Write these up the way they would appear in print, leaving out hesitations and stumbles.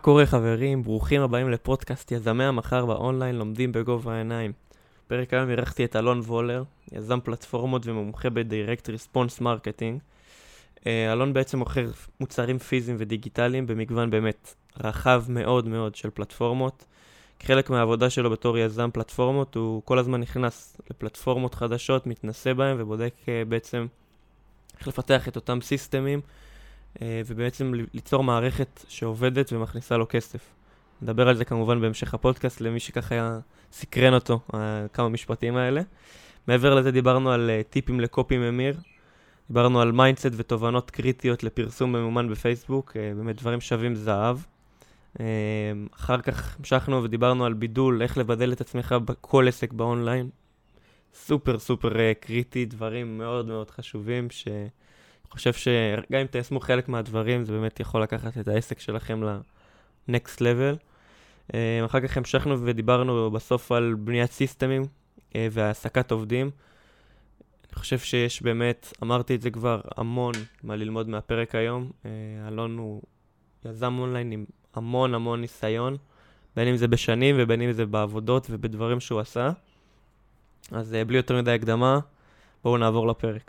קורה חברים? ברוכים הבאים לפודקאסט יזמי המחר באונליין לומדים בגובה העיניים. פרק היום אירחתי את אלון וולר, יזם פלטפורמות ומומחה בדיירקט ריספונס מרקטינג. אלון בעצם מוכר מוצרים פיזיים ודיגיטליים במגוון באמת רחב מאוד מאוד של פלטפורמות. כחלק מהעבודה שלו בתור יזם פלטפורמות הוא כל הזמן נכנס לפלטפורמות חדשות, מתנסה בהם ובודק בעצם איך לפתח את אותם סיסטמים ובעצם ליצור מערכת שעובדת ומכניסה לו כסף. נדבר על זה כמובן בהמשך הפודקאסט למי שככה היה סקרן אותו כמה משפטים האלה. מעבר לזה דיברנו על טיפים לקופי ממיר, דיברנו על מיינדסט ותובנות קריטיות לפרסום ממומן בפייסבוק, באמת דברים שווים זהב. אחר כך המשכנו ודיברנו על בידול, איך לבדל את עצמך בכל עסק באונליין. סופר קריטי, דברים מאוד מאוד חשובים אני חושב שגם אם תיישמו חלק מהדברים, זה באמת יכול לקחת את העסק שלכם ל-next level. אחר כך המשכנו ודיברנו בסוף על בניית סיסטמים והעסקת עובדים. אני חושב שיש באמת, אמרתי את זה כבר, המון מה ללמוד מהפרק היום. אלון הוא יזם אונליין עם המון ניסיון, בין אם זה בשנים ובין אם זה בעבודות ובדברים שהוא עשה. אז בלי יותר מדי הקדמה, בואו נעבור לפרק.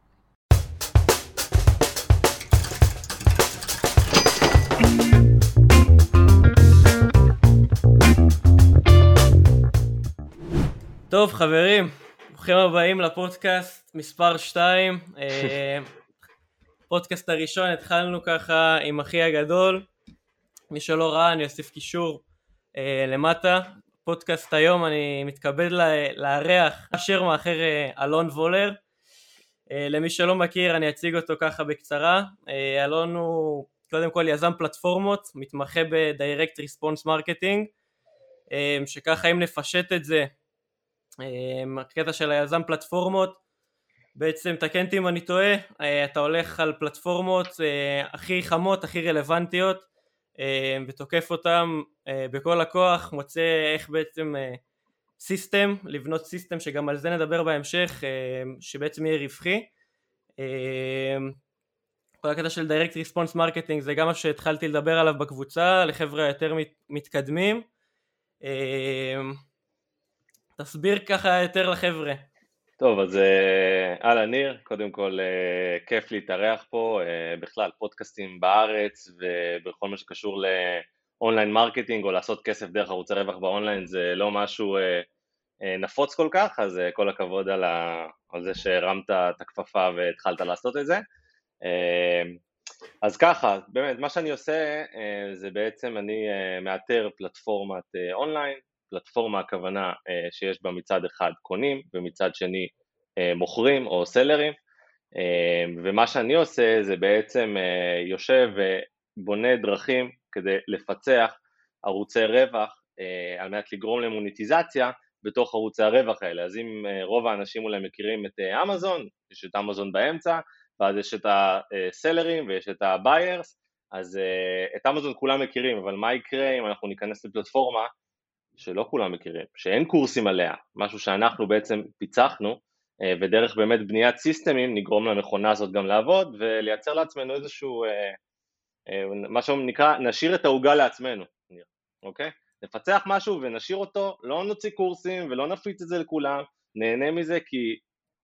טוב חברים, ברוכים הבאים לפודקאסט מספר 2. פודקאסט הראשון התחלנו ככה עם אחי הגדול. מי שלא ראה אני אוסיף קישור למטה. פודקאסט היום אני מתכבד לארח אשר מאחר אלון וולר. למי שלא מכיר אני אציג אותו ככה בקצרה. אלון הוא קודם כל יזם פלטפורמות, מתמחה בדיירקט ריספונס מרקטינג, שככה אם נפשט את זה, הקטע של היזם פלטפורמות, בעצם תקן אותי אם אני טועה, אתה הולך על פלטפורמות הכי חמות, הכי רלוונטיות, ותוקף אותם בכל הכוח, מוצא איך בעצם סיסטם, לבנות סיסטם שגם על זה נדבר בהמשך, שבעצם יהיה רווחי. כל הקטע של דיירקט ריספונס מרקטינג זה גם מה שהתחלתי לדבר עליו בקבוצה, לחבר'ה יותר מתקדמים. תסביר ככה יותר לחבר'ה. טוב, אז אהלן ניר, קודם כל כיף להתארח פה, בכלל פודקאסטים בארץ ובכל מה שקשור לאונליין מרקטינג או לעשות כסף דרך ערוצי רווח באונליין זה לא משהו נפוץ כל כך, אז כל הכבוד על זה שהרמת את הכפפה והתחלת לעשות את זה. אז ככה, באמת מה שאני עושה זה בעצם אני מאתר פלטפורמת אונליין, פלטפורמה הכוונה שיש בה מצד אחד קונים ומצד שני מוכרים או סלרים, ומה שאני עושה זה בעצם יושב ובונה דרכים כדי לפצח ערוצי רווח על מנת לגרום למוניטיזציה בתוך ערוצי הרווח האלה. אז אם רוב האנשים אולי מכירים את אמזון, יש את אמזון באמצע, ואז יש את הסלרים ויש את הביירס, אז את אמזון כולם מכירים, אבל מה יקרה אם אנחנו ניכנס לפלטפורמה שלא כולם מכירים, שאין קורסים עליה, משהו שאנחנו בעצם פיצחנו, ודרך באמת בניית סיסטמים נגרום למכונה הזאת גם לעבוד, ולייצר לעצמנו איזשהו, מה שנקרא, נשאיר את העוגה לעצמנו, אוקיי? נפצח משהו ונשאיר אותו, לא נוציא קורסים ולא נפיץ את זה לכולם, נהנה מזה כי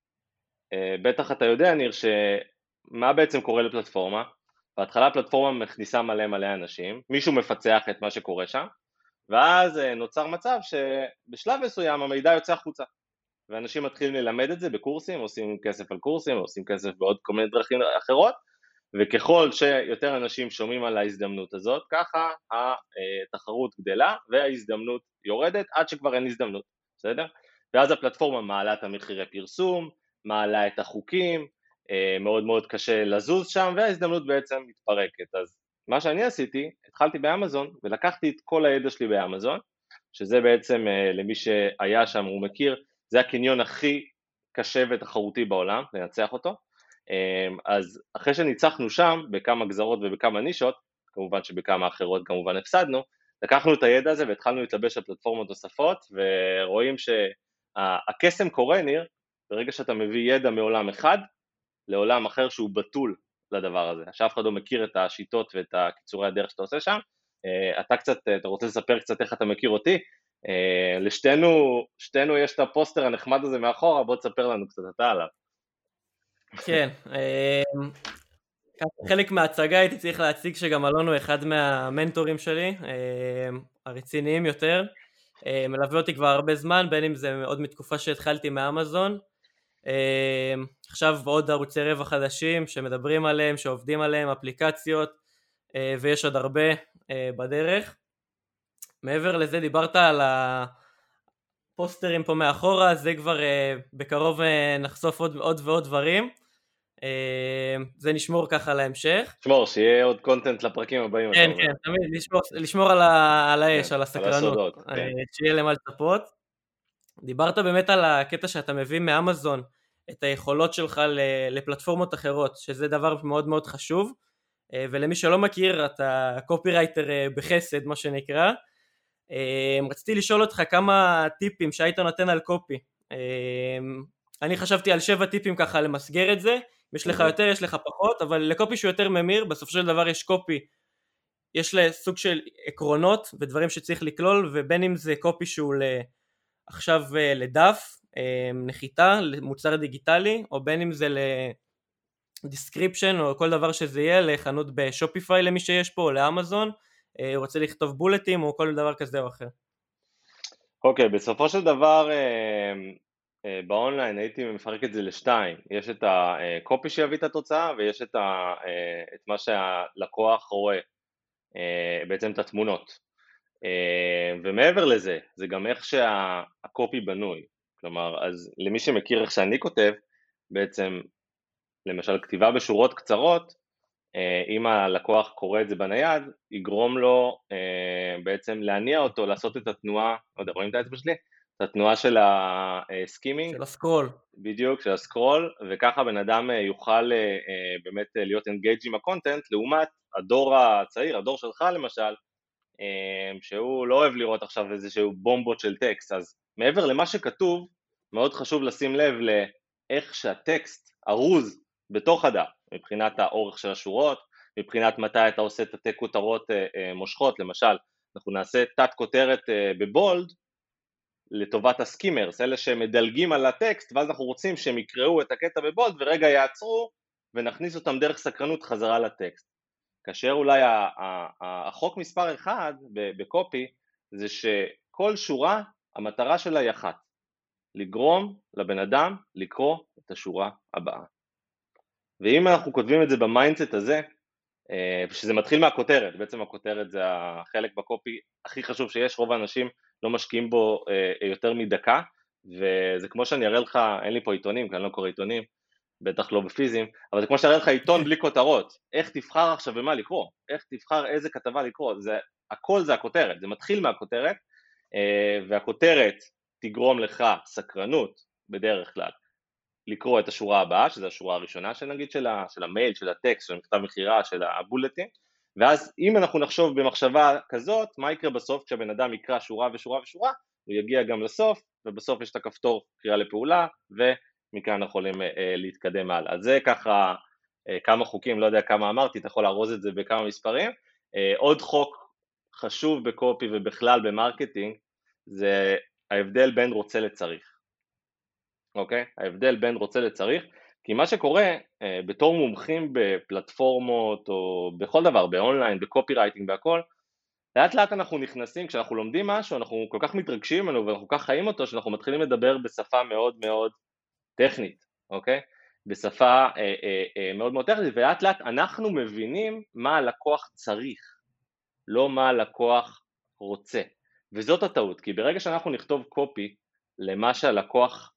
בטח אתה יודע ניר שמה בעצם קורה לפלטפורמה, בהתחלה הפלטפורמה מכניסה מלא אנשים, מישהו מפצח את מה שקורה שם, ואז נוצר מצב שבשלב מסוים המידע יוצא החוצה, ואנשים מתחילים ללמד את זה בקורסים, עושים כסף על קורסים, עושים כסף בעוד כל מיני דרכים אחרות, וככל שיותר אנשים שומעים על ההזדמנות הזאת, ככה התחרות גדלה וההזדמנות יורדת עד שכבר אין הזדמנות, בסדר? ואז הפלטפורמה מעלה את המחירי פרסום, מעלה את החוקים, מאוד קשה לזוז שם, וההזדמנות בעצם מתפרקת. אז מה שאני עשיתי, התחלתי באמזון ולקחתי את כל הידע שלי באמזון, שזה בעצם למי שהיה שם הוא מכיר, זה הקניון הכי קשה ותחרותי בעולם, לנצח אותו. אז אחרי שניצחנו שם בכמה גזרות ובכמה נישות, כמובן שבכמה אחרות כמובן הפסדנו, לקחנו את הידע הזה והתחלנו להתלבש על פלטפורמות נוספות, ורואים שהקסם קורה ניר, ברגע שאתה מביא ידע מעולם אחד לעולם אחר שהוא בטול לדבר הזה, שאף אחד לא מכיר את השיטות ואת הקיצורי הדרך שאתה עושה שם, אתה רוצה לספר קצת איך אתה מכיר אותי? לשתינו יש את הפוסטר הנחמד הזה מאחורה, בוא תספר לנו קצת אתה עליו. כן, חלק מההצגה הייתי צריך להציג שגם אלון הוא אחד מהמנטורים שלי, הרציניים יותר, מלווה אותי כבר הרבה זמן, בין אם זה עוד מתקופה שהתחלתי מאמזון, עכשיו עוד ערוצי רווח חדשים שמדברים עליהם, שעובדים עליהם, אפליקציות, ויש עוד הרבה בדרך. מעבר לזה דיברת על הפוסטרים פה מאחורה, זה כבר בקרוב נחשוף עוד ועוד דברים, זה נשמור ככה להמשך. שמור, שיהיה עוד קונטנט לפרקים הבאים. כן, כן, תמיד לשמור על האש, על הסקרנות, שיהיה למה לצפות. דיברת באמת על הקטע שאתה מביא מאמזון את היכולות שלך לפלטפורמות אחרות, שזה דבר מאוד מאוד חשוב, ולמי שלא מכיר, אתה קופירייטר בחסד, מה שנקרא. רציתי לשאול אותך כמה טיפים שהיית נותן על קופי. אני חשבתי על 7 טיפים ככה למסגר את זה, יש לך יותר, יש לך פחות, אבל לקופי שהוא יותר ממיר, בסופו של דבר יש קופי, יש לסוג של עקרונות ודברים שצריך לכלול, ובין אם זה קופי שהוא עכשיו לדף, נחיתה, למוצר דיגיטלי, או בין אם זה לדיסקריפשן, או כל דבר שזה יהיה, לחנות בשופיפיי למי שיש פה, או לאמזון, הוא רוצה לכתוב בולטים, או כל דבר כזה או אחר. אוקיי, בסופו של דבר, באונליין הייתי מפרק את זה לשתיים, יש את הקופי שיביא את התוצאה, ויש את מה שהלקוח רואה, בעצם את התמונות. ומעבר לזה, זה גם איך שהקופי בנוי, כלומר, אז למי שמכיר איך שאני כותב, בעצם, למשל כתיבה בשורות קצרות, אם הלקוח קורא את זה בנייד, יגרום לו בעצם להניע אותו, לעשות את התנועה, לא יודע, רואים את האצבע שלי? את התנועה של הסקימינג. של הסקרול. בדיוק, של הסקרול, וככה בן אדם יוכל באמת להיות אנגייג' עם הקונטנט, לעומת הדור הצעיר, הדור שלך למשל, שהוא לא אוהב לראות עכשיו איזשהו בומבות של טקסט, אז מעבר למה שכתוב, מאוד חשוב לשים לב לאיך שהטקסט ארוז בתוך הדף, מבחינת האורך של השורות, מבחינת מתי אתה עושה את תתי כותרות מושכות, למשל, אנחנו נעשה תת כותרת בבולד, לטובת הסקימרס, אלה שמדלגים על הטקסט, ואז אנחנו רוצים שהם יקראו את הקטע בבולד, ורגע יעצרו, ונכניס אותם דרך סקרנות חזרה לטקסט. כאשר אולי החוק מספר 1 בקופי, זה שכל שורה, המטרה שלה היא אחת, לגרום לבן אדם לקרוא את השורה הבאה. ואם אנחנו כותבים את זה במיינדסט הזה, שזה מתחיל מהכותרת, בעצם הכותרת זה החלק בקופי הכי חשוב שיש, רוב האנשים לא משקיעים בו יותר מדקה, וזה כמו שאני אראה לך, אין לי פה עיתונים, כי אני לא קורא עיתונים, בטח לא בפיזיים, אבל זה כמו שאני אראה לך עיתון בלי כותרות, איך תבחר עכשיו במה לקרוא, איך תבחר איזה כתבה לקרוא, הכל זה הכותרת, זה מתחיל מהכותרת, והכותרת תגרום לך סקרנות בדרך כלל, לקרוא את השורה הבאה, שזו השורה הראשונה שנגיד של המייל, של הטקסט, של מכתב מחירה, של הבולטים, ואז אם אנחנו נחשוב במחשבה כזאת, מה יקרה בסוף כשהבן אדם יקרא שורה ושורה ושורה, הוא יגיע גם לסוף, ובסוף יש את הכפתור קריאה לפעולה, ומכאן אנחנו יכולים להתקדם הלאה. אז זה ככה כמה חוקים, לא יודע כמה אמרתי, אתה יכול לארוז את זה בכמה מספרים. עוד חוק חשוב בקופי ובכלל במרקטינג, זה ההבדל בין רוצה לצריך. אוקיי? ההבדל בין רוצה לצריך, כי מה שקורה בתור מומחים בפלטפורמות או בכל דבר, באונליין, בקופי רייטינג והכל, לאט לאט אנחנו נכנסים, כשאנחנו לומדים משהו, אנחנו כל כך מתרגשים ממנו ואנחנו כל כך חיים אותו, שאנחנו מתחילים לדבר בשפה מאוד מאוד טכנית, אוקיי? בשפה מאוד מאוד טכנית, ולאט לאט אנחנו מבינים מה הלקוח צריך, לא מה הלקוח רוצה. וזאת הטעות, כי ברגע שאנחנו נכתוב קופי למה שהלקוח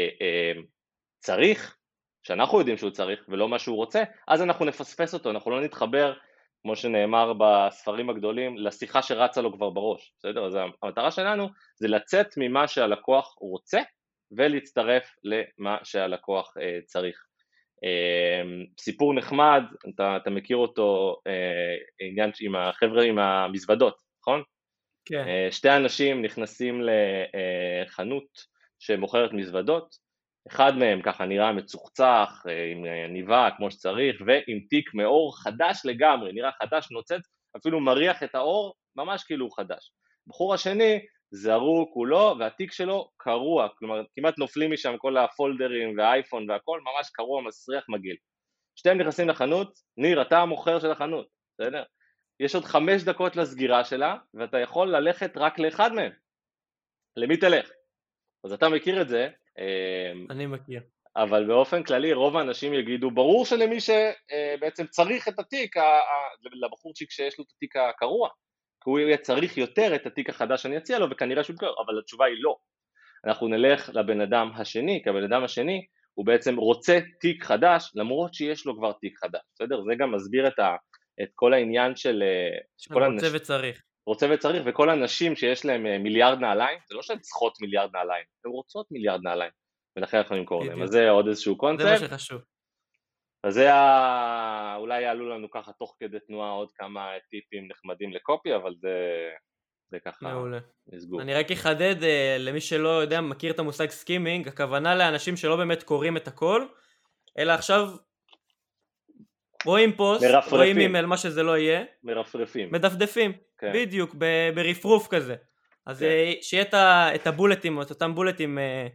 צריך, שאנחנו יודעים שהוא צריך ולא מה שהוא רוצה, אז אנחנו נפספס אותו, אנחנו לא נתחבר, כמו שנאמר בספרים הגדולים, לשיחה שרצה לו כבר בראש, בסדר? אז המטרה שלנו זה לצאת ממה שהלקוח רוצה, ולהצטרף למה שהלקוח צריך. סיפור נחמד, אתה מכיר אותו, עניין עם החבר'ה עם המזוודות, נכון? כן. שתי אנשים נכנסים לחנות שמוכרת מזוודות, אחד מהם ככה נראה מצוחצח, עם ניבה כמו שצריך, ועם תיק מאור חדש לגמרי, נראה חדש נוצץ, אפילו מריח את האור, ממש כאילו הוא חדש. בחור השני, זרוק כולו, והתיק שלו קרוע, כלומר כמעט נופלים משם כל הפולדרים והאייפון והכל, ממש קרוע, מסריח, מגעיל. שתיהם נכנסים לחנות, ניר, אתה המוכר של החנות, בסדר? יש עוד 5 דקות לסגירה שלה, ואתה יכול ללכת רק לאחד מהם. למי תלך? אז אתה מכיר את זה. אני מכיר. אבל באופן כללי רוב האנשים יגידו, ברור שלמי שבעצם צריך את התיק, לבחורצ'יק שיש לו את התיק הקרוע, כי הוא יהיה צריך יותר את התיק החדש שאני אציע לו, וכנראה שהוא קרוא, אבל התשובה היא לא. אנחנו נלך לבן אדם השני, כי הבן אדם השני הוא בעצם רוצה תיק חדש, למרות שיש לו כבר תיק חדש, בסדר? זה גם מסביר את כל העניין של רוצה וצריך. רוצה וצריך, וכל האנשים שיש להם מיליארד נעליים, זה לא שהן צריכות מיליארד נעליים, הן רוצות מיליארד נעליים, ולכן אנחנו נמכור להם. אז זה עוד איזשהו קונספט. זה מה שחשוב. אז זה אולי יעלו לנו ככה תוך כדי תנועה עוד כמה טיפים נחמדים לקופי, אבל זה ככה מעולה. נסגור. אני רק אחדד למי שלא יודע, מכיר את המושג סקימינג, הכוונה לאנשים שלא באמת קוראים את הכל, אלא עכשיו רואים פוסט, רואים אימייל, מה שזה לא יהיה, מרפרפים, מדפדפים, כן. בדיוק, ברפרוף כזה. אז כן. שיהיה את הבולטים, את אותם בולטים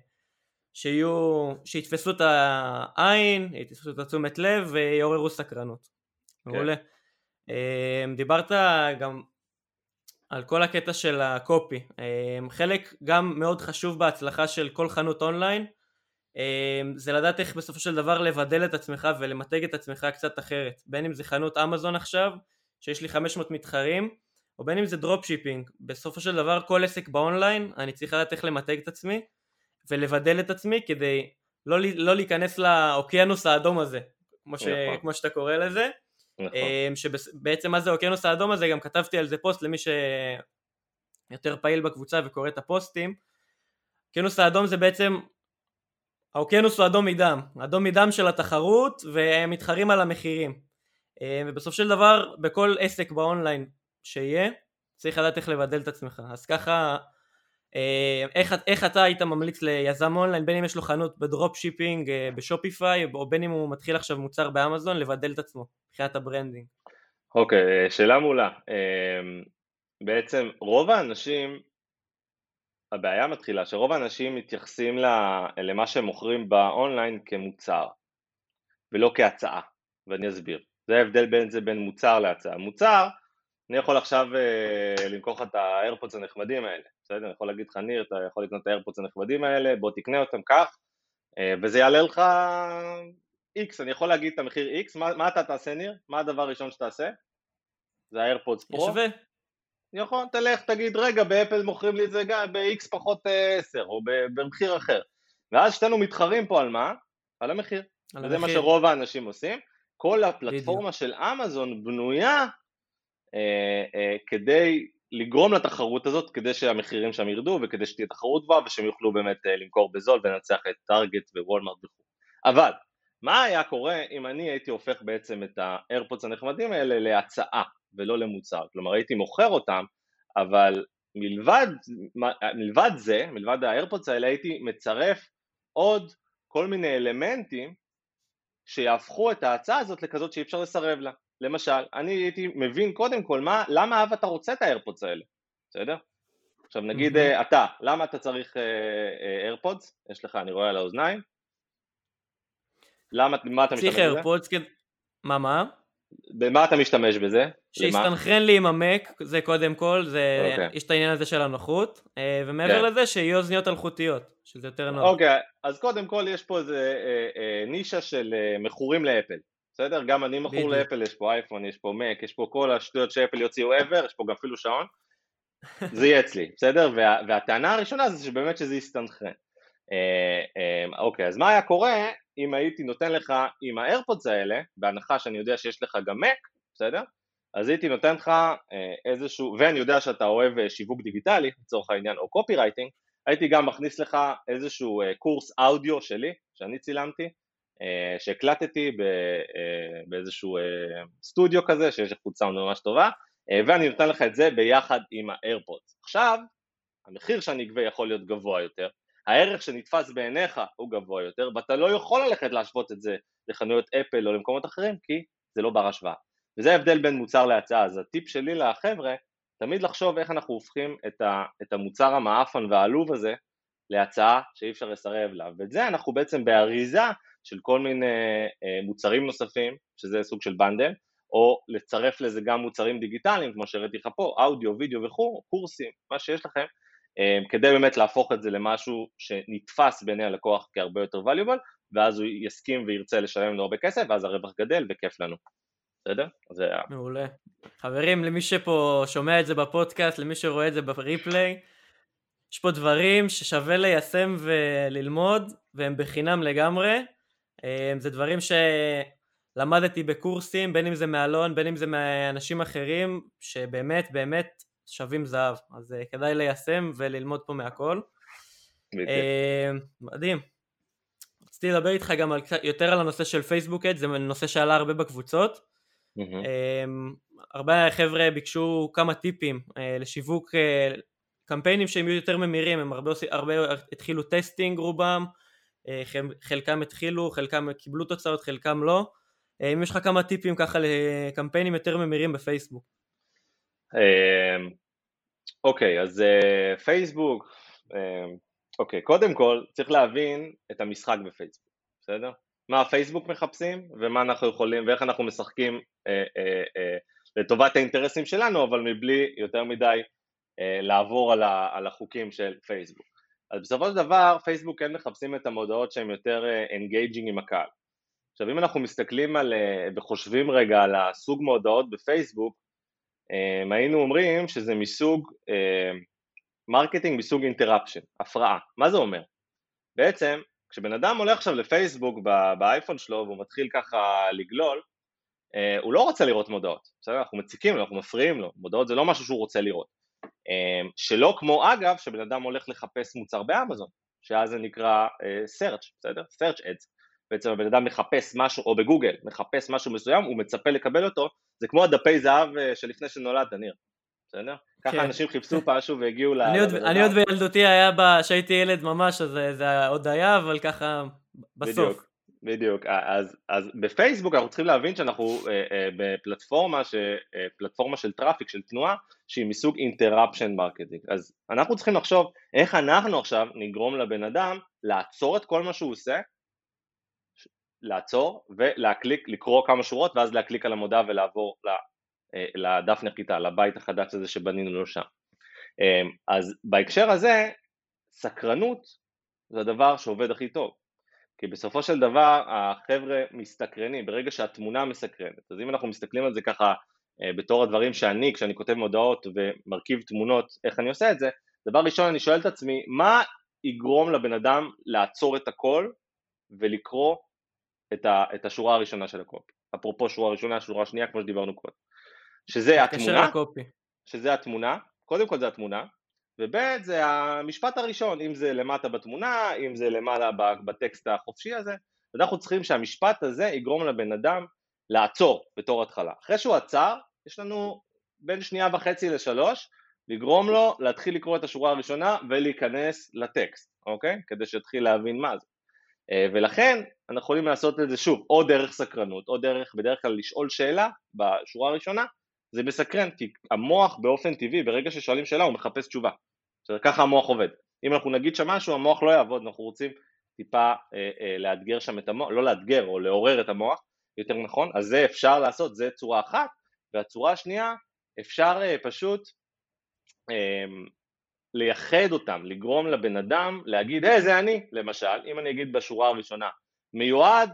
שיתפסו את העין, יתפסו את תשומת לב ויעוררו סקרנות. כן. מעולה. דיברת גם על כל הקטע של הקופי. חלק גם מאוד חשוב בהצלחה של כל חנות אונליין, זה לדעת איך בסופו של דבר לבדל את עצמך ולמתג את עצמך קצת אחרת. בין אם זה חנות אמזון עכשיו, שיש לי 500 מתחרים, או בין אם זה דרופ שיפינג. בסופו של דבר כל עסק באונליין, אני צריך לדעת איך למתג את עצמי, ולבדל את עצמי כדי לא להיכנס לאוקיינוס האדום הזה, כמו שאתה קורא לזה. שבעצם מה זה האוקיינוס האדום הזה, גם כתבתי על זה פוסט למי שיותר פעיל בקבוצה וקורא את הפוסטים. האוקיינוס האדום זה בעצם, האוקיינוס הוא אדום מדם של התחרות, והם מתחרים על המחירים. ובסוף של דבר, בכל עסק באונליין שיהיה, צריך לדעת איך לבדל את עצמך. אז ככה, איך אתה היית ממליץ ליזם אונליין, בין אם יש לו חנות בדרופ שיפינג, בשופיפיי, או בין אם הוא מתחיל עכשיו מוצר באמזון, לבדל את עצמו, מבחינת הברנדינג. אוקיי, שאלה מעולה. בעצם רוב האנשים, הבעיה מתחילה שרוב האנשים מתייחסים למה שהם מוכרים באונליין כמוצר, ולא כהצעה, ואני אסביר. זה ההבדל בין מוצר להצעה. מוצר, אני יכול עכשיו למכור לך את האיירפודס הנחמדים האלה, בסדר? אני יכול להגיד לך, ניר, אתה יכול לקנות את האיירפודס הנחמדים האלה, בוא תקנה אותם כך, וזה יעלה לך X, אני יכול להגיד את המחיר X, מה אתה תעשה, ניר? מה הדבר הראשון שתעשה? זה האיירפודס פרו. ישווה. נכון, תלך, תגיד, רגע, באפל מוכרים לי את זה גם ב-X פחות 10, או במחיר אחר. ואז שתינו מתחרים פה על מה? על המחיר. וזה מה שרוב האנשים עושים. כל הפלטפורמה של אמזון בנויה כדי לגרום לתחרות הזאת, כדי שהמחירים שם ירדו, וכדי שתהיה תחרות גבוהה, ושהם יוכלו באמת למכור בזול, ולנצח את טארגט ווולמארט וכו'. אבל, מה היה קורה אם אני הייתי הופך בעצם את האיירפודס הנחמדים האלה להצעה, ולא למוצר? כלומר, הייתי מוכר אותם, אבל מלבד האיירפודס האלה, הייתי מצרף עוד כל מיני אלמנטים, שיהפכו את ההצעה הזאת לכזאת שאי אפשר לסרב לה. למשל, אני הייתי מבין קודם כל למה אהב אתה רוצה את האיירפודס האלה, בסדר? עכשיו נגיד אתה, למה אתה צריך איירפודס? יש לך, אני רואה על האוזניים. מה אתה משתמש בזה? צריך איירפודס, מה? במה אתה משתמש בזה? שיסתנכרן לי עם המק, זה קודם כל, יש את העניין הזה של הנוחות, ומעבר לזה שיהיו אוזניות אלחוטיות, שזה יותר נוח. אוקיי, אז קודם כל יש פה איזה נישה של מכורים לאפל, בסדר? גם אני מכור לאפל, יש פה אייפון, יש פה מק, יש פה כל השטויות שאפל יוציאו ever, יש פה גם אפילו שעון, זה יהיה אצלי, בסדר? והטענה הראשונה זה שבאמת שזה יסתנכרן. אוקיי, אז מה היה קורה אם הייתי נותן לך עם האיירפודס האלה, בהנחה שאני יודע שיש לך גם מק, בסדר? אז הייתי נותן לך איזשהו, ואני יודע שאתה אוהב שיווק דיגיטלי, לצורך העניין, או קופי רייטינג, הייתי גם מכניס לך איזשהו קורס אודיו שלי, שאני צילמתי, שהקלטתי באיזשהו סטודיו כזה, שיש איכות סאונד ממש טובה, ואני נותן לך את זה ביחד עם האיירפודס. עכשיו, המחיר שאני אגבה יכול להיות גבוה יותר, הערך שנתפס בעיניך הוא גבוה יותר, ואתה לא יכול ללכת להשוות את זה לחנויות אפל או למקומות אחרים, כי זה לא בר השוואה. וזה ההבדל בין מוצר להצעה. אז הטיפ שלי לחבר'ה, תמיד לחשוב איך אנחנו הופכים את המוצר המאפן והעלוב הזה להצעה שאי אפשר לסרב לה, ואת זה אנחנו בעצם באריזה של כל מיני מוצרים נוספים, שזה סוג של בנדל, או לצרף לזה גם מוצרים דיגיטליים, כמו שהראיתי לך פה, אודיו, וידאו וכו', קורסים, מה שיש לכם, כדי באמת להפוך את זה למשהו שנתפס בעיני הלקוח כהרבה יותר valuable, ואז הוא יסכים וירצה לשלם לנו הרבה כסף, ואז הרווח גדל וכיף לנו. בסדר? מעולה. חברים, למי שפה שומע את זה בפודקאסט, למי שרואה את זה בריפליי, יש פה דברים ששווה ליישם וללמוד, והם בחינם לגמרי. זה דברים שלמדתי בקורסים, בין אם זה מאלון, בין אם זה מאנשים אחרים, שבאמת באמת שווים זהב. אז כדאי ליישם וללמוד פה מהכל. מדהים. רציתי לדבר איתך גם יותר על הנושא של פייסבוק אד, זה נושא שעלה הרבה בקבוצות. הרבה חבר'ה ביקשו כמה טיפים לשיווק קמפיינים שהם יותר ממירים, הם הרבה התחילו טסטינג רובם, חלקם התחילו, חלקם קיבלו תוצאות, חלקם לא. אם יש לך כמה טיפים ככה לקמפיינים יותר ממירים בפייסבוק. אוקיי, אז פייסבוק, אוקיי, קודם כל צריך להבין את המשחק בפייסבוק, בסדר? מה הפייסבוק מחפשים ומה אנחנו יכולים ואיך אנחנו משחקים לטובת האינטרסים שלנו, אבל מבלי יותר מדי לעבור על החוקים של פייסבוק. אז בסופו של דבר פייסבוק כן מחפשים את המודעות שהן יותר engaging עם הקהל. עכשיו אם אנחנו מסתכלים וחושבים רגע על הסוג מודעות בפייסבוק, היינו אומרים שזה מסוג מרקטינג מסוג אינטראפשן, הפרעה. מה זה אומר? בעצם כשבן אדם הולך עכשיו לפייסבוק באייפון שלו והוא מתחיל ככה לגלול, הוא לא רוצה לראות מודעות, בסדר? אנחנו מציקים לו, אנחנו מפריעים לו, מודעות זה לא משהו שהוא רוצה לראות. שלא כמו אגב שבן אדם הולך לחפש מוצר באמזון, שאז זה נקרא search, בסדר? search ads. בעצם הבן אדם מחפש משהו, או בגוגל, מחפש משהו מסוים, הוא מצפה לקבל אותו, זה כמו הדפי זהב שלפני שנולד, דניר, בסדר? ככה אנשים חיפשו משהו והגיעו אני עוד בילדותי היה, שהייתי ילד ממש, אז זה עוד היה, אבל ככה בסוף. בדיוק, אז בפייסבוק אנחנו צריכים להבין שאנחנו בפלטפורמה של טראפיק, של תנועה, שהיא מסוג interruption marketing, אז אנחנו צריכים לחשוב איך אנחנו עכשיו נגרום לבן אדם לעצור את כל מה שהוא עושה, לעצור ולהקליק, לקרוא כמה שורות ואז להקליק על המודעה ולעבור לדף נחיתה, לבית החדש הזה שבנינו לו שם. אז בהקשר הזה, סקרנות זה הדבר שעובד הכי טוב, כי בסופו של דבר החבר'ה מסתקרנים, ברגע שהתמונה מסקרנת, אז אם אנחנו מסתכלים על זה ככה בתור הדברים כשאני כותב מודעות ומרכיב תמונות, איך אני עושה את זה, דבר ראשון אני שואל את עצמי, מה יגרום לבן אדם לעצור את הכל ולקרוא את השורה הראשונה של הקופי, אפרופו שורה ראשונה, שורה שנייה, כמו שדיברנו קודם, שזה התמונה, קודם כל זה התמונה, וב' זה המשפט הראשון, אם זה למטה בתמונה, אם זה למעלה בטקסט החופשי הזה, אנחנו צריכים שהמשפט הזה יגרום לבן אדם לעצור בתור התחלה. אחרי שהוא עצר, יש לנו בין 2.5 ל3, לגרום לו להתחיל לקרוא את השורה הראשונה ולהיכנס לטקסט, אוקיי? כדי שיתחיל להבין מה זה. ולכן אנחנו יכולים לעשות את זה שוב, או דרך סקרנות, או בדרך כלל לשאול שאלה בשורה הראשונה, זה מסקרן, כי המוח באופן טבעי, ברגע ששואלים שאלה הוא מחפש תשובה, ככה המוח עובד. אם אנחנו נגיד שם משהו, המוח לא יעבוד, אנחנו רוצים טיפה לאתגר שם את המוח, לא לאתגר או לעורר את המוח, יותר נכון, אז זה אפשר לעשות, זה צורה אחת, והצורה השנייה, אפשר פשוט לייחד אותם, לגרום לבן אדם, להגיד, זה אני, למשל, אם אני אגיד בשורה הראשונה, מיועד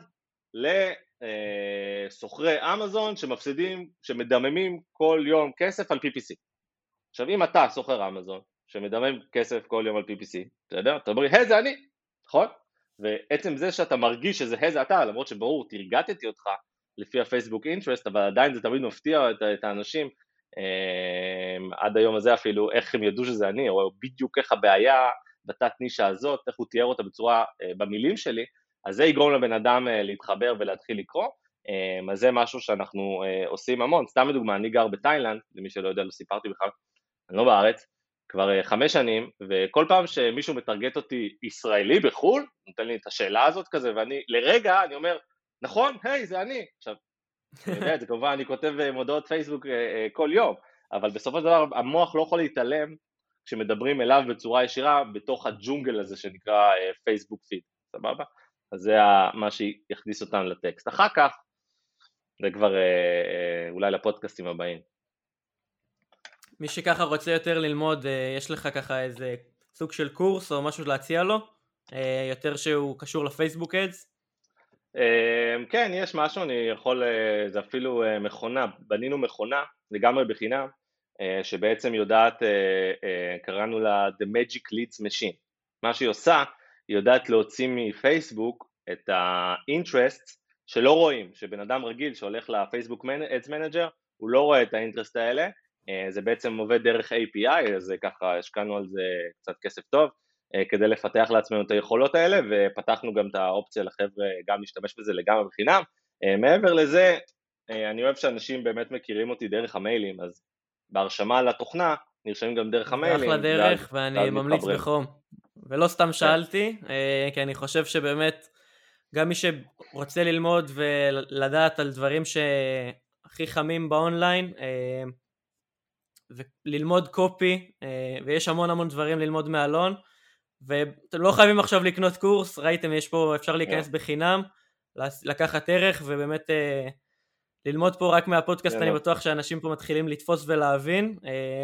לסוחרי אמזון שמפסידים, שמדממים כל יום כסף על PPC. עכשיו, אם אתה סוחר אמזון, שמדמם כסף כל יום על PPC, אתה יודע, אתה אומר, זה אני, נכון? ועצם זה שאתה מרגיש שזה זה אתה, למרות שברור, תרגטתי אותך לפי הפייסבוק אינטרסט, אבל עדיין זה תמיד מפתיע את האנשים, עד היום הזה אפילו, איך הם ידעו שזה אני, או בדיוק איך הבעיה בתת נישה הזאת, איך הוא תיאר אותה בצורה, במילים שלי, אז זה יגרום לבן אדם להתחבר ולהתחיל לקרוא, אז זה משהו שאנחנו עושים המון. סתם לדוגמה, אני גר בתאילנד, למי שלא יודע, לא סיפרתי בכלל, אני לא בארץ, כבר 5 שנים, וכל פעם שמישהו מטרגט אותי ישראלי בחול, נותן לי את השאלה הזאת כזה, ואני לרגע, אני אומר, נכון, זה אני. עכשיו, אני יודע את זה, כמובן, אני כותב מודעות פייסבוק כל יום, אבל בסופו של דבר המוח לא יכול להתעלם כשמדברים אליו בצורה ישירה בתוך הג'ונגל הזה שנקרא פייסבוק פיד, סבבה? אז זה מה שיכניס אותנו לטקסט. אחר כך, זה כבר אולי לפודקאסטים הבאים. מי שככה רוצה יותר ללמוד, יש לך ככה איזה סוג של קורס או משהו להציע לו? יותר שהוא קשור לפייסבוק אדס? כן, יש משהו, אני יכול, זה אפילו מכונה, בנינו מכונה, לגמרי בחינם, שבעצם יודעת, קראנו לה The Magic Leads Machine. מה שהיא עושה, היא יודעת להוציא מפייסבוק את ה-interests שלא רואים, שבן אדם רגיל שהולך לפייסבוק Ads Manager, הוא לא רואה את ה-interest האלה, זה בעצם עובד דרך API, אז ככה השקענו על זה קצת כסף טוב, כדי לפתח לעצמנו את היכולות האלה, ופתחנו גם את האופציה לחבר'ה גם להשתמש בזה לגמרי בחינם. מעבר לזה, אני אוהב שאנשים באמת מכירים אותי דרך המיילים, אז בהרשמה לתוכנה נרשמים גם דרך המיילים. זה אחלה דרך, ואני ממליץ בחום. ולא סתם שאלתי, כי אני חושב שבאמת, גם מי שרוצה ללמוד ולדעת על דברים שהכי חמים באונליין, וללמוד קופי, ויש המון דברים ללמוד מאלון, ואתם לא חייבים עכשיו לקנות קורס, ראיתם, יש פה, אפשר להיכנס בחינם, לקחת ערך, ובאמת ללמוד פה רק מהפודקאסט, אני בטוח שאנשים פה מתחילים לתפוס ולהבין,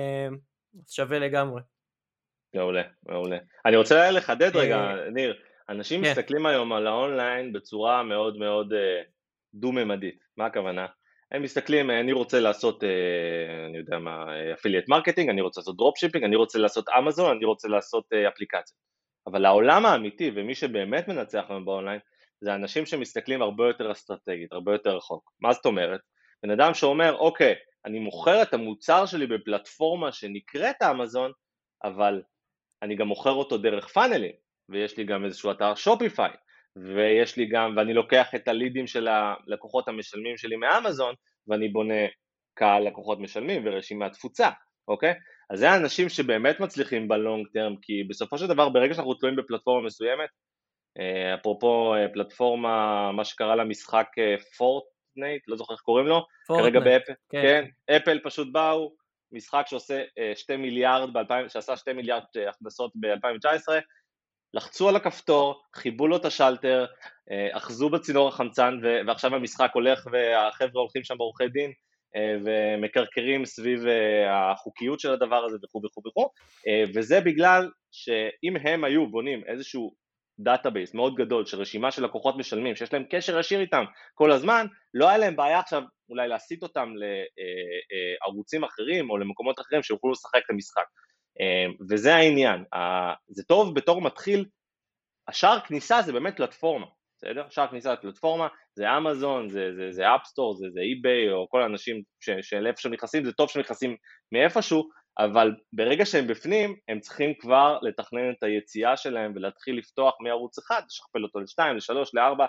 שווה לגמרי. מעולה, מעולה. אני רוצה לחדד רגע, ניר, אנשים מסתכלים היום על האונליין בצורה מאוד מאוד דו-ממדית, מה הכוונה? הם מסתכלים, אני רוצה לעשות, אני יודע מה, אפילייט מרקטינג, אני רוצה לעשות דרופשיפינג, אני רוצה לעשות אמזון, אני רוצה לעשות אפליקציות. אבל העולם האמיתי, ומי שבאמת מנצח היום באונליין, זה אנשים שמסתכלים הרבה יותר אסטרטגית, הרבה יותר רחוק. מה זאת אומרת? בן אדם שאומר, אוקיי, אני מוכר את המוצר שלי בפלטפורמה שנקראת אמזון, אבל אני גם מוכר אותו דרך פאנלים, ויש לי גם איזשהו אתר שופיפיי, ויש לי גם, ואני לוקח את הלידים של הלקוחות המשלמים שלי מאמזון, ואני בונה קהל לקוחות משלמים ורשימת תפוצה, אוקיי? אז זה האנשים שבאמת מצליחים בלונג טרם, כי בסופו של דבר, ברגע שאנחנו תלויים בפלטפורמה מסוימת, אפרופו פלטפורמה, מה שקרה למשחק פורטנייט, לא זוכר איך קוראים לו, כרגע באפל, כן, אפל פשוט באו, משחק שעושה 2 מיליארד, שעשה 2 מיליארד הכנסות ב-2019, לחצו על הכפתור, חיבו לו את השלטר, אחזו בצינור החמצן, ועכשיו המשחק הולך, והחבר'ה הולכים שם בעורכי דין, ומקרקרים סביב החוקיות של הדבר הזה וכו' וכו' וכו', וזה בגלל שאם הם היו בונים איזשהו דאטאבייס מאוד גדול של רשימה של לקוחות משלמים, שיש להם קשר ישיר איתם כל הזמן, לא היה להם בעיה עכשיו אולי להסיט אותם לערוצים אחרים או למקומות אחרים שיוכלו לשחק את המשחק. וזה העניין, זה טוב בתור מתחיל, השער כניסה זה באמת פלטפורמה, בסדר? שער כניסה לפלטפורמה, זה אמזון, זה אפסטור, זה אי-ביי, או כל האנשים שאיפה שהם נכנסים, זה טוב שהם נכנסים מאיפשהו, אבל ברגע שהם בפנים, הם צריכים כבר לתכנן את היציאה שלהם, ולהתחיל לפתוח מערוץ אחד, לשכפל אותו ל2, ל3, ל4,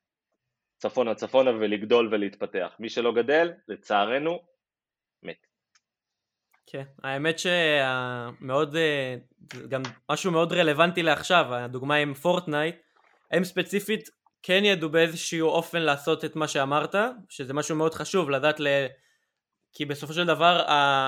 צפונה ולגדול ולהתפתח. מי שלא גדל, לצערנו, מת. כן, האמת שמאוד, גם משהו מאוד רלוונטי לעכשיו, הדוגמה עם פורטנייט, הם ספציפית כן ידעו באיזשהו אופן לעשות את מה שאמרת, שזה משהו מאוד חשוב לדעת כי בסופו של דבר,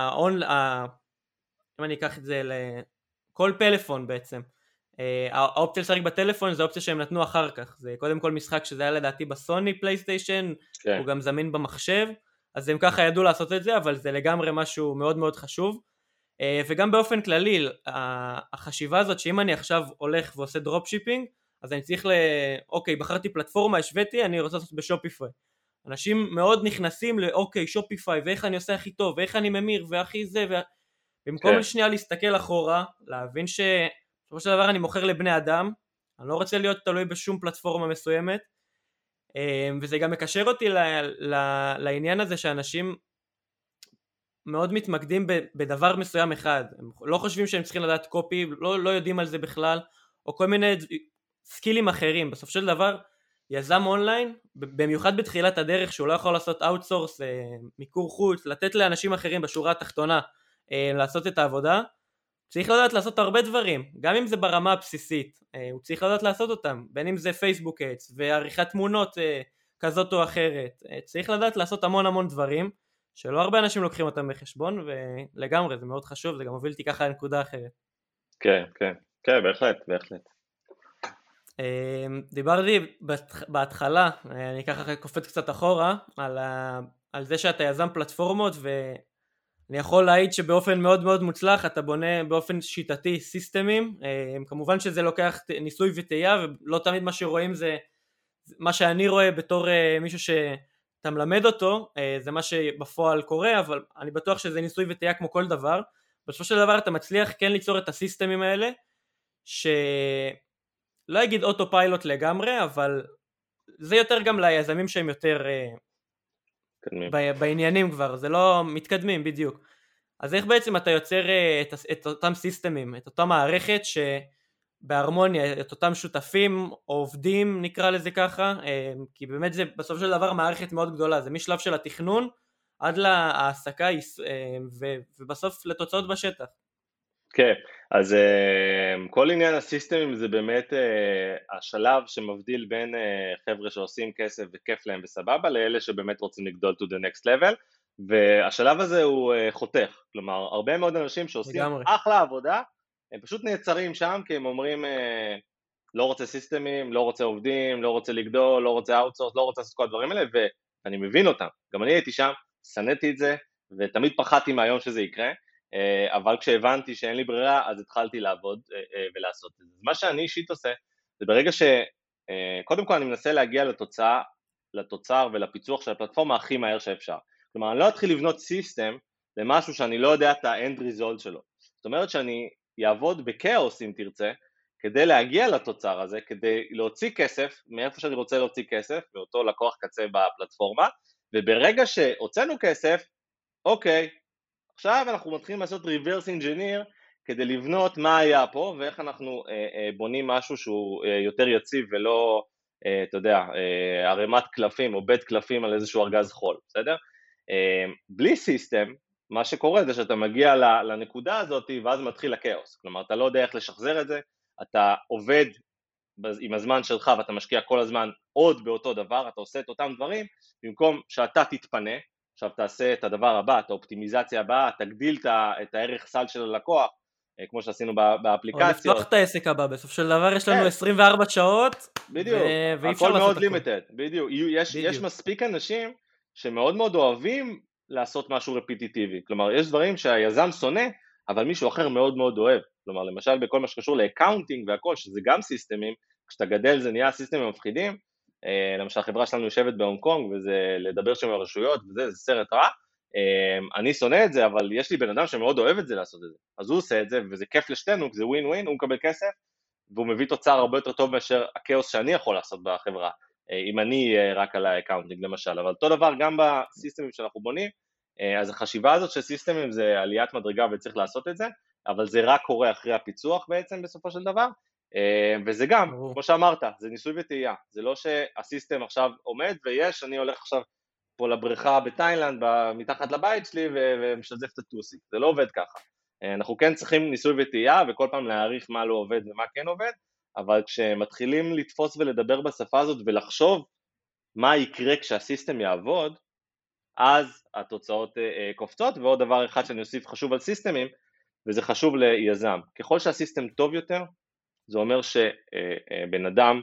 אם אני אקח את זה לכל פלאפון בעצם, האופציה לשחק בטלפון זה האופציה שהם נתנו אחר כך, זה קודם כל משחק שזה היה לדעתי בסוני פלייסטיישן, הוא גם זמין במחשב, אז הם ככה ידעו לעשות את זה, אבל זה לגמרי משהו מאוד מאוד חשוב, וגם באופן כללי, החשיבה הזאת שאם אני עכשיו הולך ועושה דרופשיפינג, אז אני צריך אוקיי, בחרתי פלטפורמה, השוויתי, אני רוצה לעשות בשופיפיי. אנשים מאוד נכנסים לאוקיי, שופיפיי, ואיך אני עושה הכי טוב, ואיך אני ממיר, והכי זה, במקום שנייה להסתכל אחורה, להבין שבסופו של דבר אני מוכר לבני אדם, אני לא רוצה להיות תלוי בשום פלטפורמה מסוימת, וזה גם מקשר אותי לעניין הזה שאנשים מאוד מתמקדים בדבר מסוים אחד, הם לא חושבים שהם צריכים לדעת קופי, לא יודעים על זה בכלל, או כל מיני סקילים אחרים. בסופו של דבר יזם אונליין, במיוחד בתחילת הדרך שהוא לא יכול לעשות אאוטסורס, מיקור חוץ, לתת לאנשים אחרים בשורה התחתונה לעשות את העבודה, צריך לדעת לעשות הרבה דברים, גם אם זה ברמה הבסיסית, הוא צריך לדעת לעשות אותם, בין אם זה פייסבוק אדס ועריכת תמונות כזאת או אחרת. צריך לדעת לעשות המון המון דברים, שלא הרבה אנשים לוקחים אותם בחשבון, ולגמרי זה מאוד חשוב, זה גם מוביל אותי ככה לנקודה אחרת. כן, כן, כן, בהחלט, בהחלט. דיברתי בהתחלה, אני ככה קופץ קצת אחורה, על זה שאתה יזם פלטפורמות, ואני יכול להעיד שבאופן מאוד מאוד מוצלח אתה בונה באופן שיטתי סיסטמים. כמובן שזה לוקח ניסוי וטעייה, ולא תמיד מה שרואים זה מה שאני רואה בתור מישהו שאתה מלמד אותו, זה מה שבפועל קורה, אבל אני בטוח שזה ניסוי וטעייה כמו כל דבר. בסופו של דבר אתה מצליח כן ליצור את הסיסטמים האלה, לא אגיד אוטו פיילוט לגמרי, אבל זה יותר גם ליזמים שהם יותר בעניינים כבר, זה לא מתקדמים בדיוק. אז איך בעצם אתה יוצר את אותם סיסטמים, את אותה מערכת שבהרמוניה, את אותם שותפים או עובדים נקרא לזה ככה, כי באמת זה בסוף של דבר מערכת מאוד גדולה, זה משלב של התכנון עד להעסקה ובסוף לתוצאות בשטח. כן, אז כל עניין הסיסטמים זה באמת השלב שמבדיל בין חבר'ה שעושים כסף וכיף להם וסבבה, לאלה שבאמת רוצים לגדול to the next level, והשלב הזה הוא חותך, כלומר הרבה מאוד אנשים שעושים לגמרי. אחלה עבודה, הם פשוט נעצרים שם כי הם אומרים לא רוצה סיסטמים, לא רוצה עובדים, לא רוצה לגדול, לא רוצה אאוטסורס, לא רוצה לעשות כל הדברים האלה, ואני מבין אותם, גם אני הייתי שם, שנאתי את זה, ותמיד פחדתי מהיום שזה יקרה, אבל כשהבנתי שאין לי ברירה, אז התחלתי לעבוד ולעשות את זה. מה שאני אישית עושה, זה ברגע שקודם כל אני מנסה להגיע לתוצר ולפיצוח של הפלטפורמה הכי מהר שאפשר. כלומר, אני לא אתחיל לבנות סיסטם למשהו שאני לא יודע את ה-end result שלו. זאת אומרת שאני אעבוד בכאוס, אם תרצה, כדי להגיע לתוצר הזה, כדי להוציא כסף, מאיפה שאני רוצה להוציא כסף, ואותו לקוח קצה בפלטפורמה, וברגע שהוצאנו כסף, אוקיי, עכשיו אנחנו מתחילים לעשות reverse engineer כדי לבנות מה היה פה ואיך אנחנו בונים משהו שהוא יותר יציב ולא, אתה יודע, ערימת קלפים או בית קלפים על איזשהו ארגז חול, בסדר? בלי סיסטם, מה שקורה זה שאתה מגיע לנקודה הזאת ואז מתחיל הכאוס, כלומר אתה לא יודע איך לשחזר את זה, אתה עובד עם הזמן שלך ואתה משקיע כל הזמן עוד באותו דבר, אתה עושה את אותם דברים, במקום שאתה תתפנה, עכשיו תעשה את הדבר הבא, את האופטימיזציה הבאה, תגדיל את הערך סל של הלקוח, כמו שעשינו באפליקציות. או לפתוח את העסק הבא, בסוף של דבר יש לנו 24 שעות, בדיוק, הכל מאוד לימיטד, בדיוק, יש מספיק אנשים שמאוד מאוד אוהבים לעשות משהו רפיטיטיבי, כלומר יש דברים שהיזם שונא, אבל מישהו אחר מאוד מאוד אוהב, כלומר למשל בכל מה שקשור לאקאונטינג והכל, שזה גם סיסטמים, כשאתה גדל זה נהיה סיסטמים מפחידים, למשל החברה שלנו יושבת בהונג קונג וזה לדבר שם עם הרשויות וזה סרט רע, אני שונא את זה אבל יש לי בן אדם שמאוד אוהב את זה לעשות את זה, אז הוא עושה את זה וזה כיף לשתינו, זה ווין ווין, הוא מקבל כסף והוא מביא תוצר הרבה יותר טוב מאשר הכאוס שאני יכול לעשות בחברה, אם אני רק על האקאונטינג למשל, אבל אותו דבר גם בסיסטמים שאנחנו בונים, אז החשיבה הזאת של סיסטמים זה עליית מדרגה וצריך לעשות את זה, אבל זה רק קורה אחרי הפיצוח בעצם בסופו של דבר, וזה גם, כמו שאמרת, זה ניסוי וטעייה, זה לא שהסיסטם עכשיו עומד ויש, אני הולך עכשיו פה לבריכה בתאילנד, מתחת לבית שלי ומשזף את הטוסיק, זה לא עובד ככה, אנחנו כן צריכים ניסוי וטעייה וכל פעם להעריך מה לא עובד ומה כן עובד, אבל כשמתחילים לתפוס ולדבר בשפה הזאת ולחשוב מה יקרה כשהסיסטם יעבוד, אז התוצאות קופצות, ועוד דבר אחד שאני אוסיף חשוב על סיסטמים, וזה חשוב ליזם, ככל שהסיסטם טוב יותר, זה אומר שבן אדם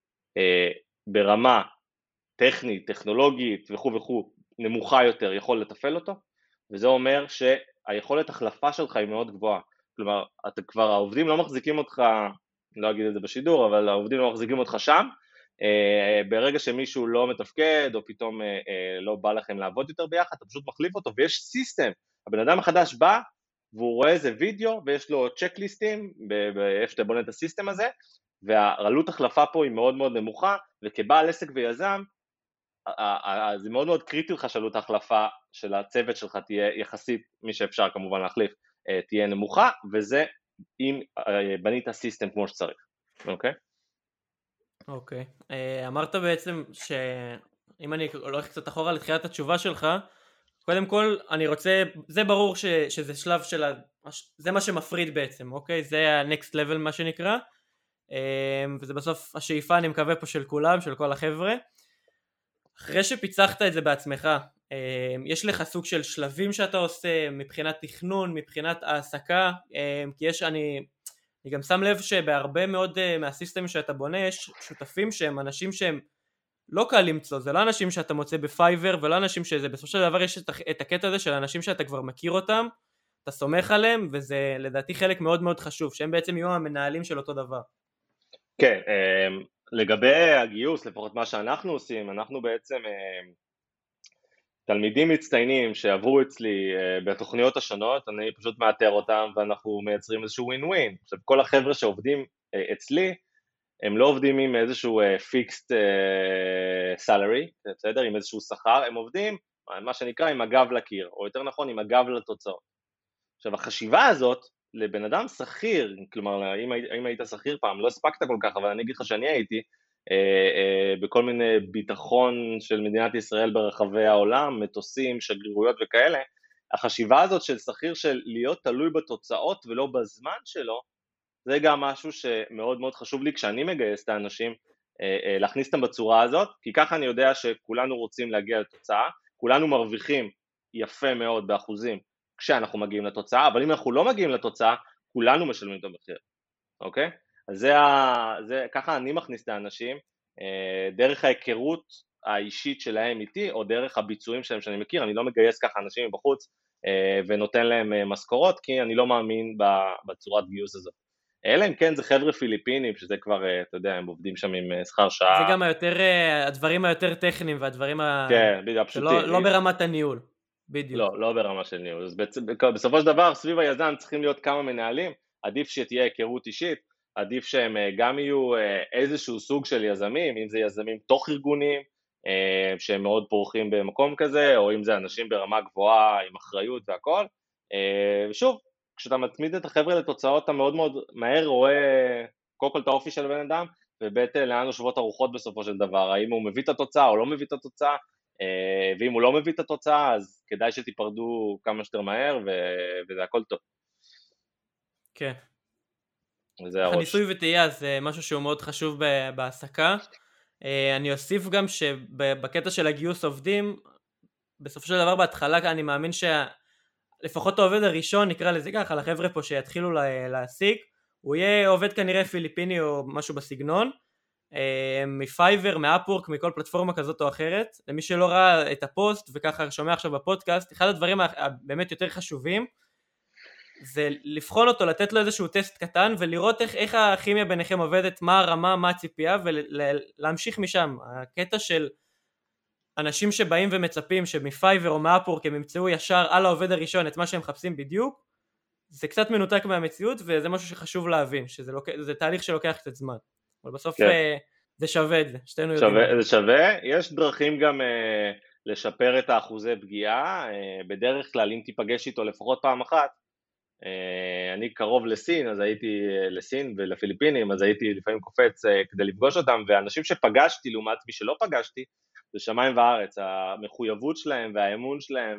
ברמה טכנית, טכנולוגית וכו' נמוכה יותר יכול לתפעל אותו, וזה אומר שהיכולת החלפה שלך היא מאוד גבוהה, כלומר כבר העובדים לא מחזיקים אותך, אני לא אגיד את זה בשידור, אבל העובדים לא מחזיקים אותך שם, ברגע שמישהו לא מתפקד או פתאום לא בא לכם לעבוד יותר ביחד, אתה פשוט מחליף אותו ויש סיסטם, הבן אדם החדש בא והוא רואה איזה וידאו ויש לו צ'קליסטים באיפה שאתה בונה את הסיסטם הזה, והעלות החלפה פה היא מאוד מאוד נמוכה, וכבעל עסק ויזם, זה מאוד מאוד קריטי לך שעלות ההחלפה של הצוות שלך תהיה יחסית, מי שאפשר כמובן להחליף, תהיה נמוכה, וזה אם בנית סיסטם כמו שצריך, אוקיי? אוקיי, אמרת בעצם שאם אני הולך קצת אחורה לתחילת התשובה שלך, קודם כל אני רוצה, זה ברור שזה שלב של, זה מה שמפריד בעצם, אוקיי? זה ה-next level מה שנקרא, וזה בסוף השאיפה אני מקווה פה של כולם, של כל החבר'ה, אחרי שפיצחת את זה בעצמך, יש לך סוג של שלבים שאתה עושה מבחינת תכנון, מבחינת העסקה, כי אני גם שם לב שבהרבה מאוד מהסיסטמים שאתה בונה יש שותפים שהם אנשים שהם לא קל למצוא, זה לא אנשים שאתה מוצא בפייבר ולא אנשים שזה, בסופו של דבר יש את הקטע הזה של אנשים שאתה כבר מכיר אותם, אתה סומך עליהם, וזה לדעתי חלק מאוד מאוד חשוב, שהם בעצם יהיו המנהלים של אותו דבר. כן, לגבי הגיוס, לפחות מה שאנחנו עושים, אנחנו בעצם תלמידים מצטיינים שעברו אצלי בתוכניות השונות, אני פשוט מאתר אותם ואנחנו מייצרים איזשהו ווין-ווין. עכשיו, כל החבר'ה שעובדים אצלי, הם לא עובדים עם איזשהו fixed salary, בסדר? עם איזשהו שכר, הם עובדים, מה שנקרא, עם הגב לקיר, או יותר נכון, עם הגב לתוצאות. עכשיו, החשיבה הזאת, לבן אדם שכיר, כלומר, אם היית שכיר פעם, לא הספקת כל כך, אבל אני אגיד לך שאני הייתי, בכל מיני ביטחון של מדינת ישראל ברחבי העולם, מטוסים, שגרירויות וכאלה, החשיבה הזאת של שכיר של להיות תלוי בתוצאות ולא בזמן שלו, זה גם משהו שמאוד מאוד חשוב לי כשאני מגייס את האנשים, להכניס אותם בצורה הזאת, כי ככה אני יודע שכולנו רוצים להגיע לתוצאה, כולנו מרוויחים יפה מאוד באחוזים כשאנחנו מגיעים לתוצאה, אבל אם אנחנו לא מגיעים לתוצאה, כולנו משלמים את המחיר, אוקיי? אז ככה אני מכניס את האנשים, דרך ההיכרות האישית שלהם איתי, או דרך הביצועים שלהם שאני מכיר, אני לא מגייס ככה אנשים מבחוץ, ונותן להם משכורות, כי אני לא מאמין בצורת גיוס הזאת. אלא אם כן זה חבר'ה פיליפינים, שזה כבר, אתה יודע, הם עובדים שם עם שכר שעה. זה גם הדברים היותר טכניים, והדברים כן, בדיוק, הפשוטים. לא ברמת הניהול, בדיוק. לא ברמה של ניהול. אז בסופו של דבר, סביב היזם צריכים להיות כמה מנהלים, עדיף שתהיה היכרות אישית, עדיף שהם גם יהיו איזשהו סוג של יזמים, אם זה יזמים תוך ארגונים, שהם מאוד פורחים במקום כזה, או אם זה אנשים ברמה גבוהה עם אחריות והכל. ושוב, כשאתה מצמיד את החבר'ה לתוצאות, אתה מאוד מאוד מהר רואה קודם כל את האופי של בן אדם, ובית לאן יושבות הרוחות בסופו של דבר, האם הוא מביא את התוצאה או לא מביא את התוצאה, ואם הוא לא מביא את התוצאה, אז כדאי שתיפרדו כמה שיותר מהר, וזה הכל טוב. כן. וזה הראש. הניסוי וטעייה זה משהו שהוא מאוד חשוב בהעסקה. אני אוסיף גם שבקטע של הגיוס עובדים, בסופו של דבר בהתחלה אני מאמין לפחות העובד הראשון, נקרא לזה ככה, לחבר'ה פה שיתחילו להעסיק, הוא יהיה עובד כנראה פיליפיני או משהו בסגנון, מפייבר, מאפורק, מכל פלטפורמה כזאת או אחרת. למי שלא ראה את הפוסט וככה שומע עכשיו בפודקאסט, אחד הדברים הבאמת יותר חשובים, זה לבחון אותו, לתת לו איזשהו טסט קטן, ולראות איך הכימיה ביניכם עובדת, מה הרמה, מה הציפייה, ולהמשיך משם. הקטע של אנשים שבאים ומצפים שמפייבר או מאפורק הם ימצאו ישר על העובד הראשון את מה שהם מחפשים בדיוק, זה קצת מנותק מהמציאות, וזה משהו שחשוב להבין, שזה תהליך שלוקח קצת זמן, אבל בסוף זה שווה את זה, שתינו יודעים. זה שווה, יש דרכים גם לשפר את האחוזי פגיעה, בדרך כלל אם תיפגש איתו לפחות פעם אחת, אני קרוב לסין, אז הייתי לסין ולפיליפינים, אז הייתי לפעמים קופץ כדי לפגוש אותם, ואנשים שפגשתי לעומת מי שלא פגשתי, זה שמיים וארץ, המחויבות שלהם והאמון שלהם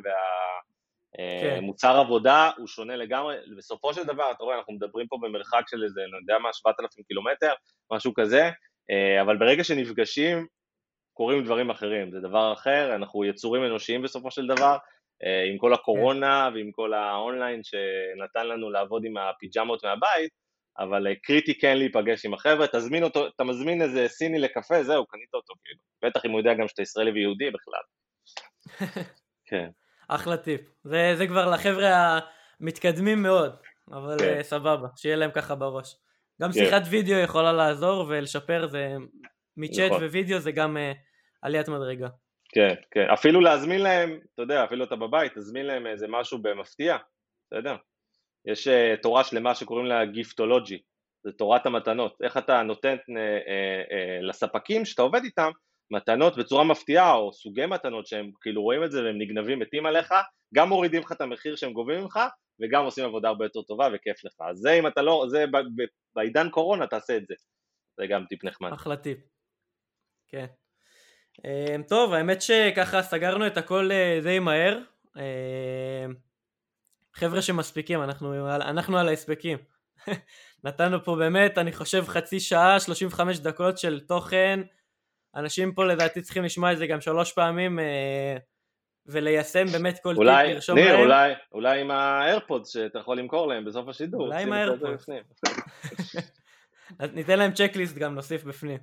והמוצר עבודה הוא שונה לגמרי, בסופו של דבר, אתה רואה, אנחנו מדברים פה במרחק של איזה, אני יודע מה, 7,000 קילומטר, משהו כזה, אבל ברגע שנפגשים, קורים דברים אחרים, זה דבר אחר, אנחנו יצורים אנושיים בסופו של דבר, עם כל הקורונה ועם כל האונליין שנתן לנו לעבוד עם הפיג'מות מהבית, אבל קריטי כן להיפגש עם החבר'ה, תזמין אותו, אתה מזמין איזה סיני לקפה, זהו, קנית אותו, כאילו. בטח אם הוא יודע גם שאתה ישראלי ויהודי בכלל. כן. אחלה טיפ. זה כבר לחבר'ה המתקדמים מאוד, אבל סבבה, שיהיה להם ככה בראש. גם שיחת וידאו יכולה לעזור ולשפר, זה מצ'אט ווידאו זה גם עליית מדרגה. כן, כן. אפילו להזמין להם, אתה יודע, אפילו אתה בבית, תזמין להם איזה משהו במפתיע, אתה יודע. יש תורה שלמה שקוראים לה גיפטולוגי, זה תורת המתנות, איך אתה נותן לספקים שאתה עובד איתם, מתנות בצורה מפתיעה, או סוגי מתנות שהם כאילו רואים את זה והם נגנבים מתים עליך, גם מורידים לך את המחיר שהם גובים ממך, וגם עושים עבודה הרבה יותר טובה וכיף לך. אז זה אם אתה לא, זה בעידן קורונה תעשה את זה, זה גם טיפ נחמד. אחלה טיפ, כן. טוב, האמת שככה סגרנו את הכל די מהר, חבר'ה שמספיקים, אנחנו על ההספקים. נתנו פה באמת, אני חושב חצי שעה, 35 דקות של תוכן, אנשים פה לדעתי צריכים לשמוע את זה גם 3 פעמים, וליישם באמת כל טיפ, אולי, לרשום ניר, להם. אולי עם האיירפודס שאתה יכול למכור להם בסוף השידור, אולי עם שים את זה האיירפודס. בפנים. אז ניתן להם צ'קליסט גם, נוסיף בפנים.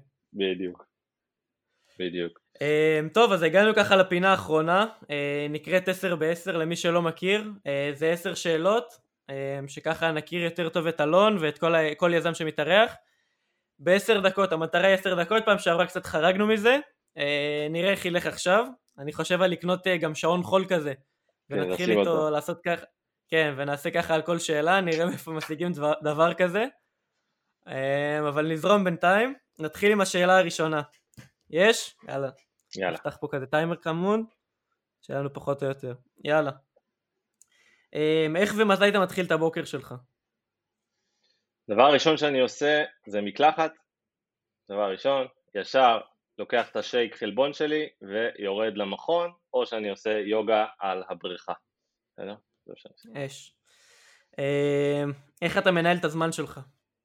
בדיוק. טוב, אז הגענו ככה לפינה האחרונה, נקראת 10 ב-10 למי שלא מכיר, זה 10 שאלות, שככה נכיר יותר טוב את אלון ואת כל יזם שמתארח, ב10 דקות, המטרה היא 10 דקות, פעם שעברה קצת חרגנו מזה, נראה איך ילך עכשיו, אני חושב על לקנות גם שעון חול כזה, ונתחיל איתו לעשות ככה, כן, ונעשה ככה על כל שאלה, נראה מאיפה משיגים דבר כזה, אבל נזרום בינתיים, נתחיל עם השאלה הראשונה, יש? יאללה. נפתח פה כזה טיימר כמון, שלנו פחות או יותר. יאללה. איך ומתי אתה מתחיל את הבוקר שלך? דבר ראשון שאני עושה זה מקלחת, דבר ראשון, ישר לוקח את השייק חלבון שלי ויורד למכון, או שאני עושה יוגה על הבריכה. בסדר? אש. איך אתה מנהל את הזמן שלך?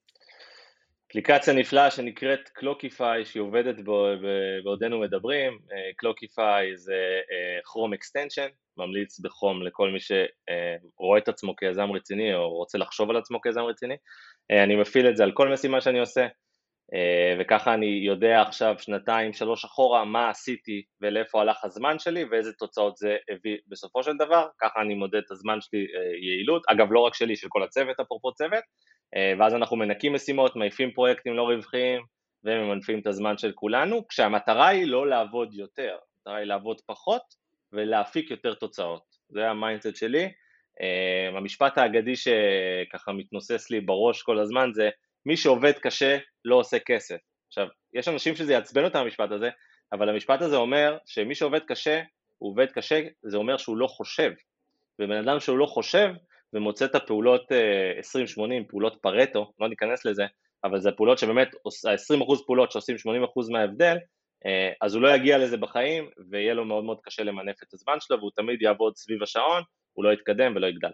אפליקציה נפלאה שנקראת קלוקיפיי, שהיא עובדת בעודנו מדברים. קלוקיפיי זה כרום אקסטנשן, ממליץ בחום לכל מי שרואה את עצמו כיזם רציני או רוצה לחשוב על עצמו כיזם רציני. אני מפעיל את זה על כל משימה שאני עושה, וככה אני יודע עכשיו 2-3 אחורה מה עשיתי ולאיפה הלך הזמן שלי ואיזה תוצאות זה הביא בסופו של דבר. ככה אני מודד את הזמן שלי יעילות, אגב לא רק שלי, של כל הצוות, אפרופו צוות, ואז אנחנו מנקים משימות, מעיפים פרויקטים לא רווחיים וממנפים את הזמן של כולנו, כשהמטרה היא לא לעבוד יותר, המטרה היא לעבוד פחות ולהפיק יותר תוצאות. זה המיינדסט שלי. המשפט האגדי שככה מתנוסס לי בראש כל הזמן זה מי שעובד קשה לא עושה כסף. עכשיו, יש אנשים שזה יעצבן אותם המשפט הזה, אבל המשפט הזה אומר שמי שעובד קשה, הוא עובד קשה, זה אומר שהוא לא חושב, ובן אדם שהוא לא חושב ומוצא את הפעולות 20-80, פעולות פרטו, לא ניכנס לזה, אבל זה הפעולות שבאמת, 20% פעולות שעושים 80% מההבדל, אז הוא לא יגיע לזה בחיים, ויהיה לו מאוד מאוד קשה למנף את הזמן שלו, והוא תמיד יעבוד סביב השעון, הוא לא יתקדם ולא יגדל.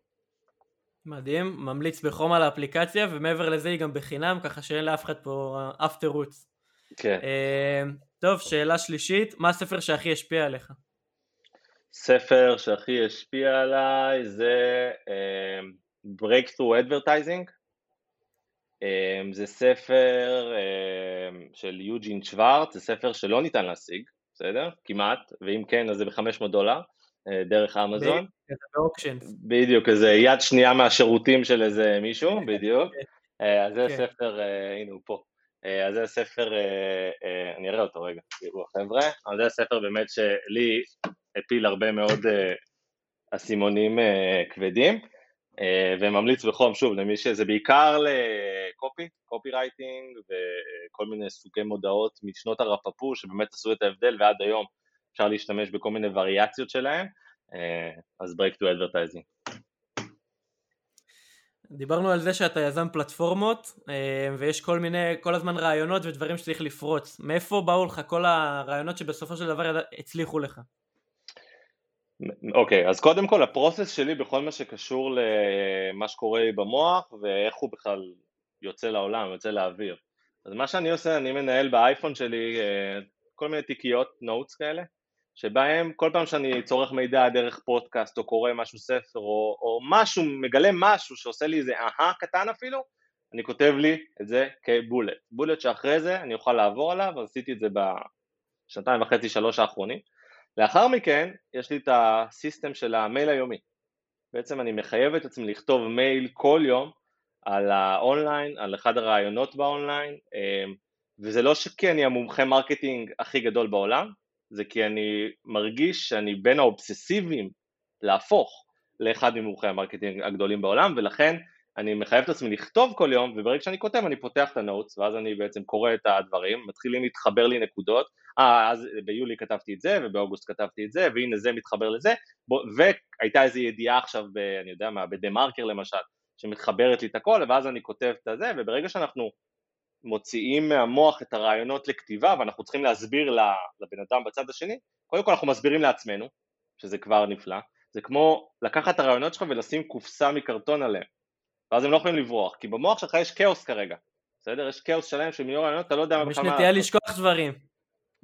מדהים, ממליץ בחום על האפליקציה, ומעבר לזה היא גם בחינם, ככה שאין לאף אחד פה אף תירוץ. כן. טוב, שאלה שלישית, מה הספר שהכי השפיע עליך? ספר שהכי השפיע עליי זה Breakthrough Advertising, זה ספר של יוג'ין שוורץ, זה ספר שלא ניתן להשיג, בסדר? כמעט, ואם כן אז זה $500, דרך אמזון. באוקשן. בדיוק, איזה יד שנייה מהשירותים של איזה מישהו, בדיוק. אז זה ספר, הנה הוא פה. אז זה ספר, אני אראה אותו רגע, תראו החבר'ה, אז זה ספר באמת שלי הפיל הרבה מאוד אסימונים כבדים, וממליץ בחום, שוב, למי שזה בעיקר לקופי רייטינג וכל מיני סוגי מודעות משנות הרפפו שבאמת עשו את ההבדל, ועד היום אפשר להשתמש בכל מיני וריאציות שלהם, אז Breakthrough Advertising. דיברנו על זה שאתה יזם פלטפורמות, ויש כל הזמן רעיונות ודברים שצריך לפרוץ. מאיפה באו לך כל הרעיונות שבסופו של דבר הצליחו לך? אוקיי, אז קודם כל הפרוסס שלי בכל מה שקשור למה שקורה לי במוח ואיך הוא בכלל יוצא לעולם, יוצא לאוויר. אז מה שאני עושה, אני מנהל באייפון שלי כל מיני תיקיות, נוטס כאלה, שבהם כל פעם שאני צורך מידע דרך פודקאסט או קורא משהו ספר או משהו, מגלה משהו שעושה לי איזה קטן אפילו, אני כותב לי את זה כבולט. בולט שאחרי זה אני אוכל לעבור עליו, אז עשיתי את זה ב2.5-3 האחרונים. לאחר מכן יש לי את הסיסטם של המייל היומי. בעצם אני מחייב את עצמי לכתוב מייל כל יום על האונליין, על אחד הרעיונות באונליין, וזה לא כי אני המומחה מרקטינג הכי גדול בעולם, זה כי אני מרגיש שאני בין האובססיביים להפוך לאחד ממומחי המרקטינג הגדולים בעולם, ולכן אני מחייב את עצמי לכתוב כל יום, וברגע שאני כותב אני פותח את הנוטס, ואז אני בעצם קורא את הדברים, מתחילים להתחבר לי נקודות, אז ביולי כתבתי את זה, ובאוגוסט כתבתי את זה, והנה זה מתחבר לזה, והייתה איזו ידיעה עכשיו, אני יודע מה, בדה מרקר למשל, שמתחברת לי את הכל, ואז אני כותב את זה, וברגע שאנחנו מוציאים מהמוח את הרעיונות לכתיבה, ואנחנו צריכים להסביר לבן אדם בצד השני, קודם כל אנחנו מסבירים לעצמנו, שזה כבר נפלא, זה כמו לקחת את הרעיונות שלך ולשים קופסה מקרטון עליהם, ואז הם לא יכולים לברוח, כי במוח שלך יש כאוס כרגע, בסדר? יש כאוס שלהם שמיור רעיונות, אתה לא יודע מה יש נטייה לשכוח דברים.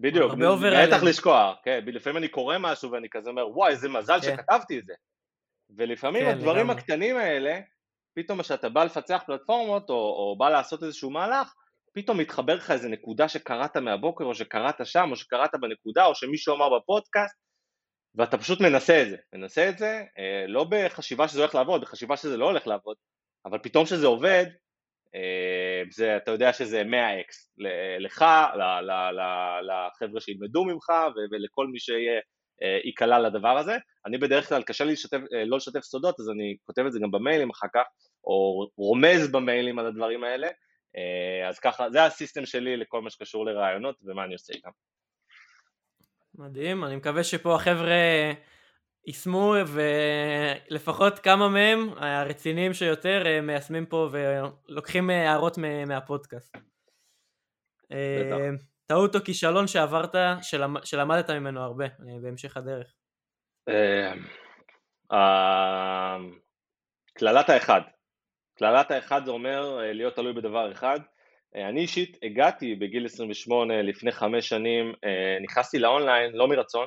בדיוק, הרבה עובר בטח עלינו. לשכוח, כן, לפעמים אני קורא משהו ואני כזה אומר, וואי, איזה מזל כן, שכתבתי את זה. ולפעמים כן, הדברים לגמרי. הקטנים האלה, פתאום כשאתה בא לפצח פלטפורמות, או בא לעשות איזשהו מהלך, פתאום מתחבר לך איזה נקודה שקראת מהבוקר, או שקראת שם, או שקראת בנקודה, או שמישהו אמר בפודקאסט, ואתה פשוט מנסה את זה, לא בחשיבה שזה הולך לעבוד, בחשיבה שזה לא הולך לעבוד, אבל פתאום שזה עובד, אתה יודע שזה 100x, לך, לחבר'ה שילמדו ממך, ולכל מי שיהיה ייקלע לדבר הזה. אני בדרך כלל, קשה לי לא לשתף סודות, אז אני כותב את זה גם במיילים אחר כך, או רומז במיילים על הדברים האלה, אז ככה, זה הסיסטם שלי לכל מה שקשור לרעיונות, ומה אני עושה איתם. מדהים, אני מקווה שפה החבר'ה יישמו, ולפחות כמה מהם, הרציניים שיותר, מיישמים פה ולוקחים הערות מהפודקאסט. בטח. טעות או כישלון שעברת, שלמדת ממנו הרבה בהמשך הדרך. קללת האחד. קללת האחד זה אומר להיות תלוי בדבר אחד. אני אישית הגעתי בגיל 28, לפני 5 שנים, נכנסתי לאונליין, לא מרצון,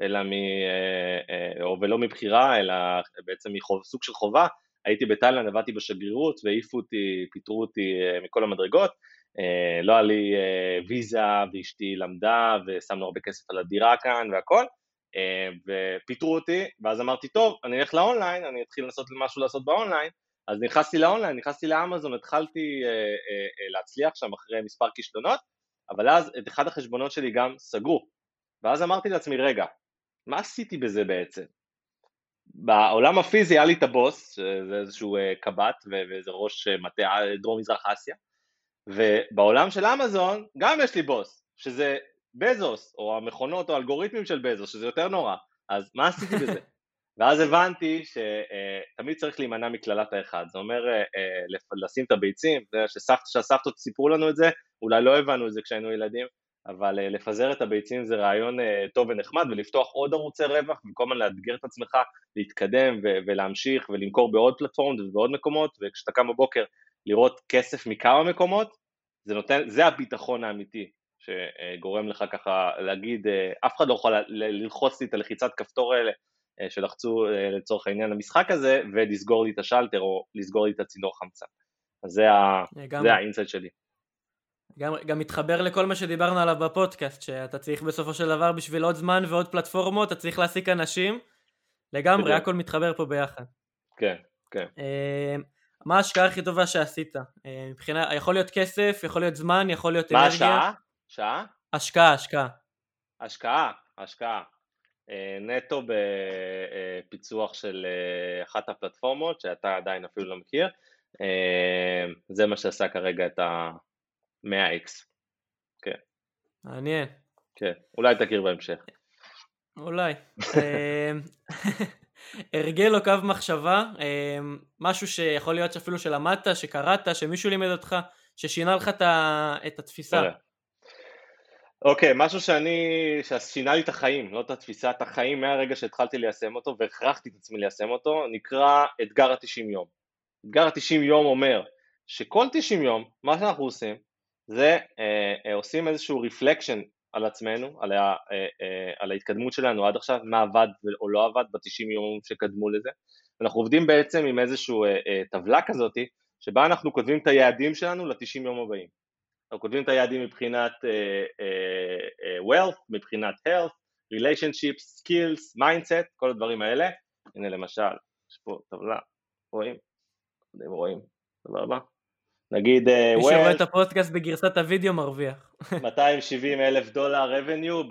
ולא מבחירה, אלא בעצם מסוג של חובה. הייתי בתאילנד, עבדתי בשגרירות, והעיפו אותי, פיטרו אותי מכל המדרגות, לא היה לי ויזה, ואשתי למדה, ושמנו הרבה כסף על הדירה כאן והכל, ופיטרו אותי, ואז אמרתי, טוב, אני אלך לאונליין, אני אתחיל לנסות משהו לעשות באונליין, אז נכנסתי לאונליין, נכנסתי לאמזון, התחלתי להצליח שם אחרי מספר כישלונות, אבל אז את אחד החשבונות שלי גם סגרו, ואז אמרתי לעצמי, רגע, מה עשיתי בזה בעצם? בעולם הפיזי היה לי את הבוס, זה איזשהו קבט ואיזה ראש מטה דרום מזרח אסיה, ובעולם של אמזון גם יש לי בוס, שזה בזוס, או המכונות או האלגוריתמים של בזוס, שזה יותר נורא, אז מה עשיתי בזה? ואז הבנתי שתמיד צריך להימנע מקללת האחד, זה אומר לשים את הביצים, שהסבתות סיפרו לנו את זה, אולי לא הבנו את זה כשהיינו ילדים, אבל לפזר את הביצים זה רעיון טוב ונחמד, ולפתוח עוד ערוצי רווח, במקום לאתגר את עצמך, להתקדם ולהמשיך ולמכור בעוד פלטפורמות ובעוד מקומות, וכשאתה קם בבוקר לראות כסף מכמה מקומות, זה הביטחון האמיתי, שגורם לך ככה להגיד, אף אחד לא יכול ללחוץ לי את הלחיצת כפתור האלה, שלחצו לצורך העניין המשחק הזה, ולסגור לי את השלטר, או לסגור לי את הצינור חמצן. אז זה האינסייט שלי. גם מתחבר לכל מה שדיברנו עליו בפודקאסט, שאתה צריך בסופו של דבר בשביל עוד זמן ועוד פלטפורמות, אתה צריך להעסיק אנשים, לגמרי, הכל מתחבר פה ביחד. כן, כן. מה ההשקעה הכי טובה שעשית? מבחינה, יכול להיות כסף, יכול להיות זמן, יכול להיות מה אנרגיה. שעה? השקעה. נטו בפיצוח של אחת הפלטפורמות, שאתה עדיין אפילו לא מכיר, זה מה שעשה כרגע את ה-100x. כן. מעניין. כן, אולי תכיר בהמשך. אולי. הרגל או קו מחשבה, משהו שיכול להיות אפילו שלמדת, שקראת, שמישהו לימד אותך, ששינה לך את התפיסה. אוקיי, משהו ששינה לי את החיים, לא את התפיסה, את החיים מהרגע שהתחלתי ליישם אותו, והכרחתי את עצמי ליישם אותו, נקרא אתגר ה-90 יום. אתגר ה-90 יום אומר שכל 90 יום, מה שאנחנו עושים, זה עושים איזשהו רפלקשן על עצמנו, על ההתקדמות שלנו עד עכשיו, מה עבד או לא עבד ב-90 יום שקדמו לזה. אנחנו עובדים בעצם עם איזשהו טבלה כזאת, שבה אנחנו כותבים את היעדים שלנו ל-90 יום הבאים. אנחנו כותבים את היעדים מבחינת wealth, מבחינת health, relationships, skills, mindset, כל הדברים האלה. הנה למשל, יש פה טבלה, רואים? דבר הבא. נגיד מי שרואה את הפודקאסט בגרסת הוידאו מרוויח. $270,000 revenue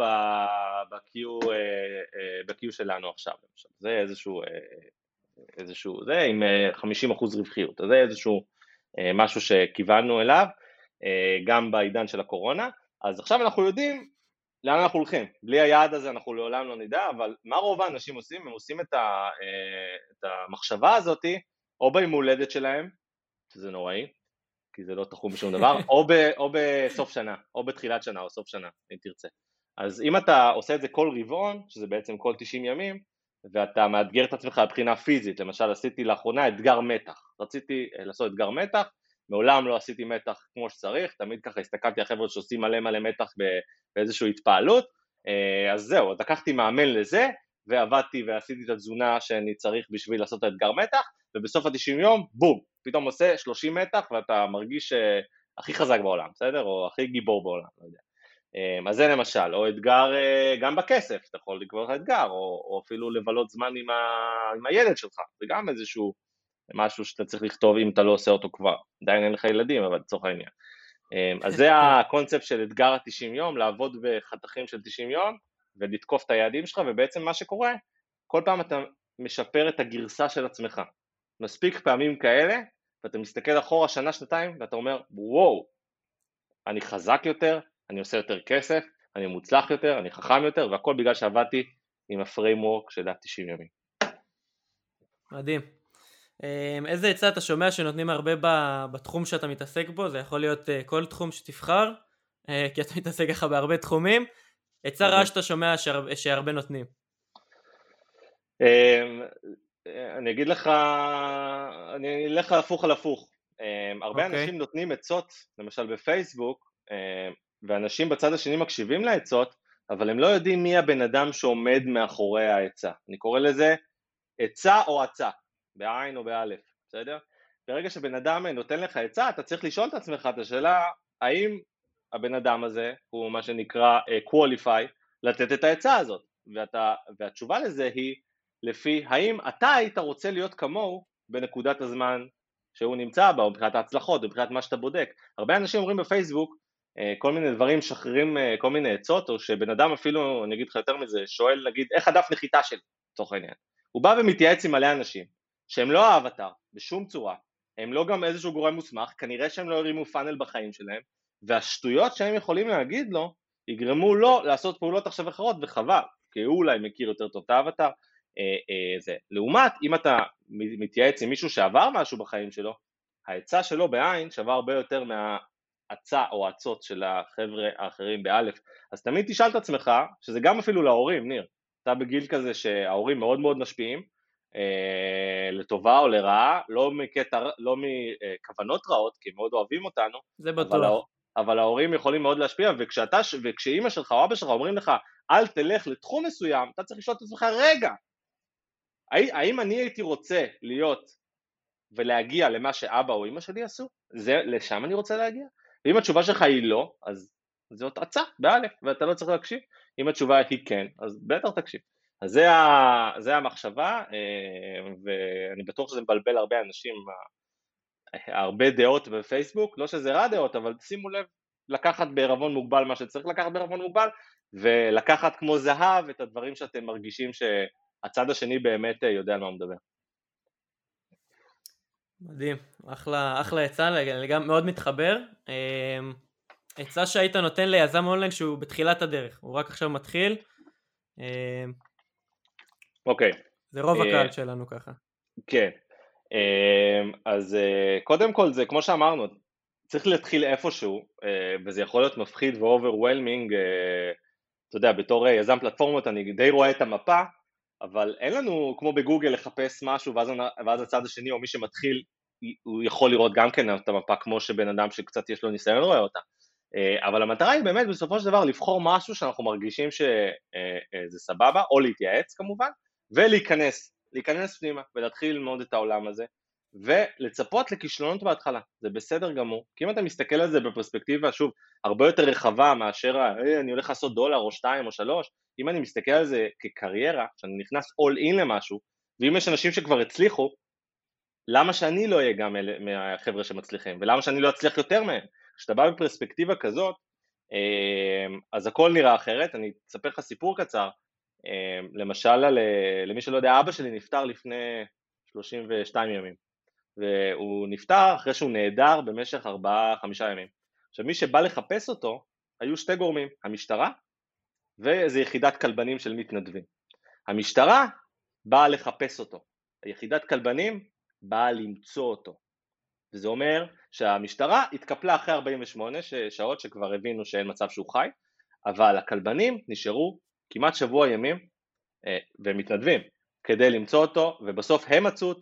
ב-Q שלנו עכשיו. זה איזשהו, זה עם 50% רווחיות, זה איזשהו משהו שכיוונו אליו, גם בעידן של הקורונה. אז עכשיו אנחנו יודעים לאן אנחנו הולכים. בלי היעד הזה אנחנו לעולם לא נדע, אבל מה רוב האנשים עושים? הם עושים את המחשבה הזאת, או ביום הולדת שלהם, שזה נוראי, כי זה לא תחום בשום דבר, או בסוף שנה, או בתחילת שנה, או סוף שנה, אם תרצה. אז אם אתה עושה את זה כל רבעון, שזה בעצם כל 90 ימים, ואתה מאתגר את עצמך מבחינה פיזית, למשל עשיתי לאחרונה אתגר מתח, רציתי לעשות אתגר מתח, מעולם לא עשיתי מתח כמו שצריך, תמיד ככה הסתכלתי על חבר'ה שעושים מלא מלא מתח באיזושהי התפעלות, אז זהו, אז לקחתי מאמן לזה, ועבדתי ועשיתי את התזונה שאני צריך בשביל לעשות את האתגר מתח, ובסוף ה-90 יום, בום, פתאום עושה 30 מתח, ואתה מרגיש הכי חזק בעולם, בסדר? או הכי גיבור בעולם, לא יודע. אז זה למשל, או אתגר גם בכסף, אתה יכול לקבוע את האתגר, או אפילו לבלות זמן עם הילד שלך, זה גם איזשהו משהו שאתה צריך לכתוב אם אתה לא עושה אותו כבר, עדיין אין לך ילדים, אבל לצורך העניין. אז זה הקונספט של אתגר ה-90 יום, לעבוד בחתכים של 90 יום, ולתקוף את היעדים שלך, ובעצם מה שקורה, כל פעם אתה משפר את הגרסה של עצמך. מספיק פעמים כאלה, ואתה מסתכל אחורה שנה, שנתיים, ואתה אומר, וואו, אני חזק יותר, אני עושה יותר כסף, אני מוצלח יותר, אני חכם יותר, והכל בגלל שעבדתי עם הפריימוורק של ה-90 ימים. מדהים. איזה עצה אתה שומע שנותנים הרבה בתחום שאתה מתעסק בו? זה יכול להיות כל תחום שתבחר, כי אתה מתעסק ככה בהרבה תחומים. עצה רעה שאתה שומע שהרבה נותנים. אני אגיד לך, אני אלך הפוך על הפוך. הרבה אנשים נותנים עצות, למשל בפייסבוק, ואנשים בצד השני מקשיבים לעצות, אבל הם לא יודעים מי הבן אדם שעומד מאחורי העצה. אני קורא לזה עצה או עצה, בעין או באלף, בסדר? ברגע שבן אדם נותן לך עצה, אתה צריך לשאול את עצמך את השאלה, האם הבן אדם הזה הוא מה שנקרא qualify לתת את העצה הזאת, והתשובה לזה היא לפי האם אתה היית רוצה להיות כמוהו בנקודת הזמן שהוא נמצא בה, או מבחינת ההצלחות, או מבחינת מה שאתה בודק. הרבה אנשים אומרים בפייסבוק כל מיני דברים, שחררים כל מיני עצות, או שבן אדם אפילו, אני אגיד לך יותר מזה, שואל נגיד איך הדף נחיתה שלי, תוך העניין. הוא בא ומתייעץ עם מלא אנשים, שהם לא האבטר, בשום צורה, הם לא גם איזשהו גורם מוסמך, כנראה שהם לא הרימו פאנל בחיים שלהם, והשטויות שהם יכולים להגיד לו, יגרמו לו לעשות פעולות עכשיו אחרות, וחבל, כי הוא אולי מכיר יותר טוב את האבטר, זה. לעומת, אם אתה מתייעץ עם מישהו שעבר משהו בחיים שלו, העצה שלו בעין שווה הרבה יותר מהעצה או עצות של החבר'ה האחרים באלף, אז תמיד תשאל את עצמך, שזה גם אפילו להורים, ניר, אתה בגיל כזה שההורים מאוד מאוד משפיעים, לטובה או לרעה, לא מכוונות רעות, כי הם מאוד אוהבים אותנו, זה בטוח. אבל ההורים יכולים מאוד להשפיע, וכשאמא שלך או אבא שלך אומרים לך, אל תלך לתחום מסוים, אתה צריך לשאול את עצמך, רגע, האם אני הייתי רוצה להיות ולהגיע למה שאבא או אמא שלי עשו? לשם אני רוצה להגיע? ואם התשובה שלך היא לא, אז זאת עצה, באלף, ואתה לא צריך להקשיב. אם התשובה היא כן, אז בטח תקשיב. אז זה המחשבה, ואני בטוח שזה מבלבל הרבה אנשים, הרבה דעות בפייסבוק, לא שזה רע דעות, אבל שימו לב, לקחת בערבון מוגבל מה שצריך לקחת בערבון מוגבל, ולקחת כמו זהב את הדברים שאתם מרגישים שהצד השני באמת יודע על מה הוא מדבר. מדהים, אחלה עצה, אני גם מאוד מתחבר. עצה שהיית נותן ליזם אונליין שהוא בתחילת הדרך, הוא רק עכשיו מתחיל. אוקיי. זה רוב הקהל שלנו ככה. כן, אז קודם כל זה כמו שאמרנו, צריך להתחיל איפשהו, וזה יכול להיות מפחיד ו-overwhelming, אתה יודע, בתור יזם פלטפורמות אני די רואה את המפה, אבל אין לנו כמו בגוגל לחפש משהו, ואז הצד השני או מי שמתחיל, הוא יכול לראות גם כן את המפה כמו שבן אדם שקצת יש לו ניסיון רואה אותה, אבל המטרה היא באמת בסופו של דבר לבחור משהו שאנחנו מרגישים שזה סבבה, או להתייעץ כמובן, ולהיכנס פנימה ולהתחיל ללמוד את העולם הזה, ולצפות לכישלונות בהתחלה, זה בסדר גמור, כי אם אתה מסתכל על זה בפרספקטיבה, שוב, הרבה יותר רחבה מאשר, אני הולך לעשות $1 או 2 או 3, אם אני מסתכל על זה כקריירה, שאני נכנס all in למשהו, ואם יש אנשים שכבר הצליחו, למה שאני לא אהיה גם מהחבר'ה שמצליחים, ולמה שאני לא אצליח יותר מהם? כשאתה בא בפרספקטיבה כזאת, אז הכל נראה אחרת, אני אספר לך סיפור קצר, למשל, למי שלא יודע, אבא שלי נפטר לפני 32 ימים, והוא נפטר אחרי שהוא נהדר במשך 4-5 ימים. עכשיו, מי שבא לחפש אותו, היו 2 גורמים, המשטרה, ואיזו יחידת כלבנים של מתנדבים. המשטרה באה לחפש אותו, היחידת כלבנים באה למצוא אותו, וזה אומר שהמשטרה התקפלה אחרי 48 שעות שכבר הבינו שאין מצב שהוא חי, אבל הכלבנים נשארו כמעט שבוע ימים, והם מתנדבים, כדי למצוא אותו, ובסוף הם מצאו אותו,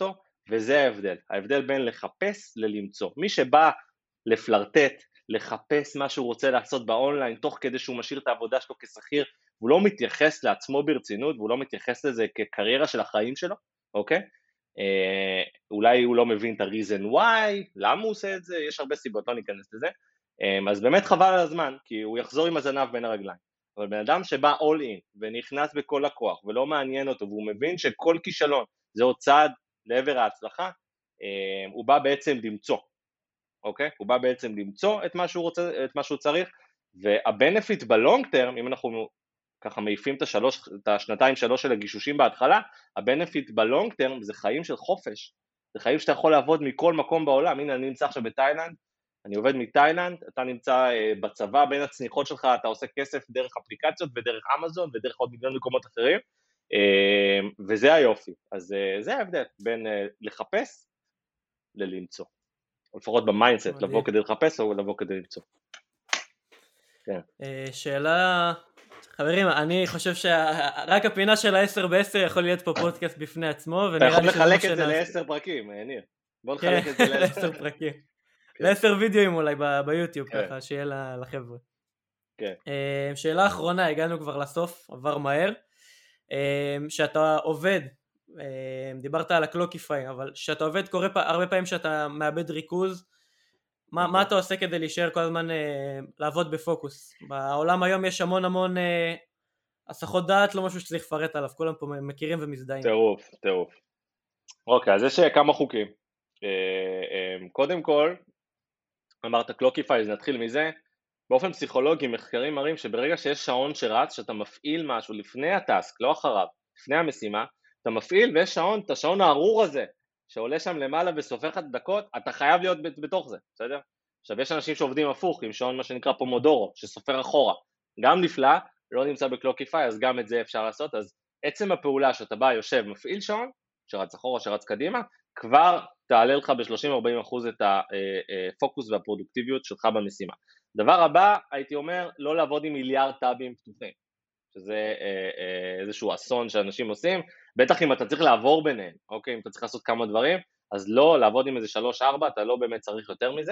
וזה ההבדל בין לחפש ללמצוא. מי שבא לפלרטט, לחפש מה שהוא רוצה לעשות באונליין, תוך כדי שהוא משאיר את העבודה שלו כשכיר, הוא לא מתייחס לעצמו ברצינות, והוא לא מתייחס לזה כקריירה של החיים שלו, אוקיי? אולי הוא לא מבין את ה-reason why, למה הוא עושה את זה, יש הרבה סיבות, לא ניכנס לזה, אז באמת חבל על הזמן, כי הוא יחזור עם הזנב בין הרגליים, אבל בן אדם שבא all in, ונכנס בכל הכוח, ולא מעניין אותו, והוא מבין שכל כישלון, זה עוד צעד לעבר ההצלחה, הוא בא בעצם למצוא, אוקיי? הוא בא בעצם למצוא את מה שהוא רוצה, את מה שהוא צריך, והבנפיט בלונג טרם, אם אנחנו ככה מעיפים את השנתיים שלוש של הגישושים בהתחלה, הבנפיט בלונג טרם זה חיים של חופש, זה חיים שאתה יכול לעבוד מכל מקום בעולם. הנה אני נמצא עכשיו בתאילנד, אני עובד מתאילנד, אתה נמצא בצבא בין הצניחות שלך, אתה עושה כסף דרך אפליקציות ודרך אמזון ודרך עוד מיליון מקומות אחרים, וזה היופי. אז זה ההבדל בין לחפש ללמצוא, או לפחות במיינדסט, לבוא כדי לחפש או לבוא כדי למצוא. שאלה, חברים, אני חושב שרק הפינה של ה10 ב10 יכול להיות פה פודקאסט בפני עצמו, אתה יכול לחלק את זה ל10 פרקים, ניר. בוא נחלק את זה ל10 פרקים, ל10 וידאוים אולי ביוטיוב, ככה שיהיה לחבר'ה. שאלה אחרונה, הגענו כבר לסוף, עבר מהר, שאתה עובד, דיברת על הקלוקיפיי, אבל שאתה עובד קורה הרבה פעמים שאתה מאבד ריכוז, מה אתה עושה כדי להישאר כל הזמן לעבוד בפוקוס? בעולם היום יש המון הסחות דעת, לא משהו שצריך לפרט עליו, כולם פה מכירים ומזדהים. טירוף. אוקיי, אז יש כמה חוקים. קודם כל, אמרת קלוקיפיי, אז נתחיל מזה. באופן פסיכולוגי, מחקרים מראים שברגע שיש שעון שרץ, שאתה מפעיל משהו לפני הטסק, לא אחריו, לפני המשימה, אתה מפעיל ויש שעון, את השעון הארור הזה, שעולה שם למעלה וסופר לך דקות, אתה חייב להיות בתוך זה, בסדר? עכשיו יש אנשים שעובדים הפוך עם שעון מה שנקרא פומודורו, שסופר אחורה, גם נפלא, לא נמצא בקלוקיפיי, אז גם את זה אפשר לעשות. אז עצם הפעולה שאתה בא, יושב, מפעיל שעון, שרץ אחורה, שרץ קדימה, כבר תעלה לך ב-30-40% את הפוקוס והפרודוקטיביות שלך במשימה. דבר הבא, הייתי אומר, לא לעבוד עם מיליארד טאבים פתוחים, שזה איזשהו אסון שאנשים עושים, בטח אם אתה צריך לעבור ביניהם, אוקיי, אם אתה צריך לעשות כמה דברים, אז לא, לעבוד עם איזה 3-4, אתה לא באמת צריך יותר מזה.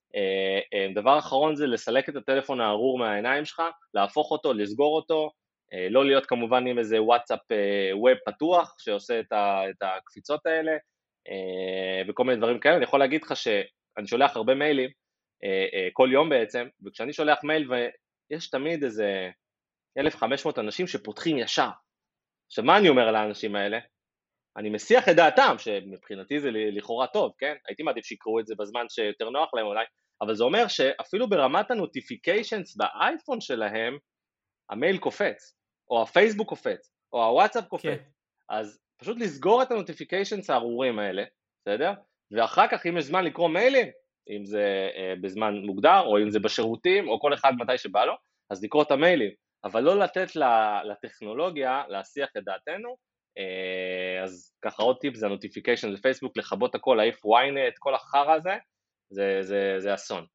דבר אחרון זה לסלק את הטלפון הארור מהעיניים שלך, להפוך אותו, לסגור אותו, לא להיות כמובן עם איזה וואטסאפ ווב פתוח, שעושה את הקפיצות האלה, וכל מיני דברים כאלה. אני יכול להגיד לך שאני שולח הרבה מיילים, כל יום בעצם, וכשאני שולח מייל ויש תמיד איזה 1,500 אנשים שפותחים ישר. עכשיו מה אני אומר על האנשים האלה? אני מסיח את דעתם, שמבחינתי זה לכאורה טוב, כן? הייתי מעדיף שיקראו את זה בזמן שיותר נוח להם אולי, אבל זה אומר שאפילו ברמת הנוטיפיקיישנס באייפון שלהם, המייל קופץ, או הפייסבוק קופץ, או הוואטסאפ קופץ, אז פשוט לסגור את הנוטיפיקיישנס הארורים האלה, בסדר? ואחר כך אם יש זמן לקרוא מיילים, אם זה בזמן מוגדר, או אם זה בשירותים, או כל אחד מתי שבא לו, אז לקרוא את המיילים, אבל לא לתת לטכנולוגיה להסיח את דעתנו. אז ככה עוד טיפ, זה הנוטיפיקיישן, זה פייסבוק, לחבות הכל, להעיף ynet, כל החרא הזה, זה אסון.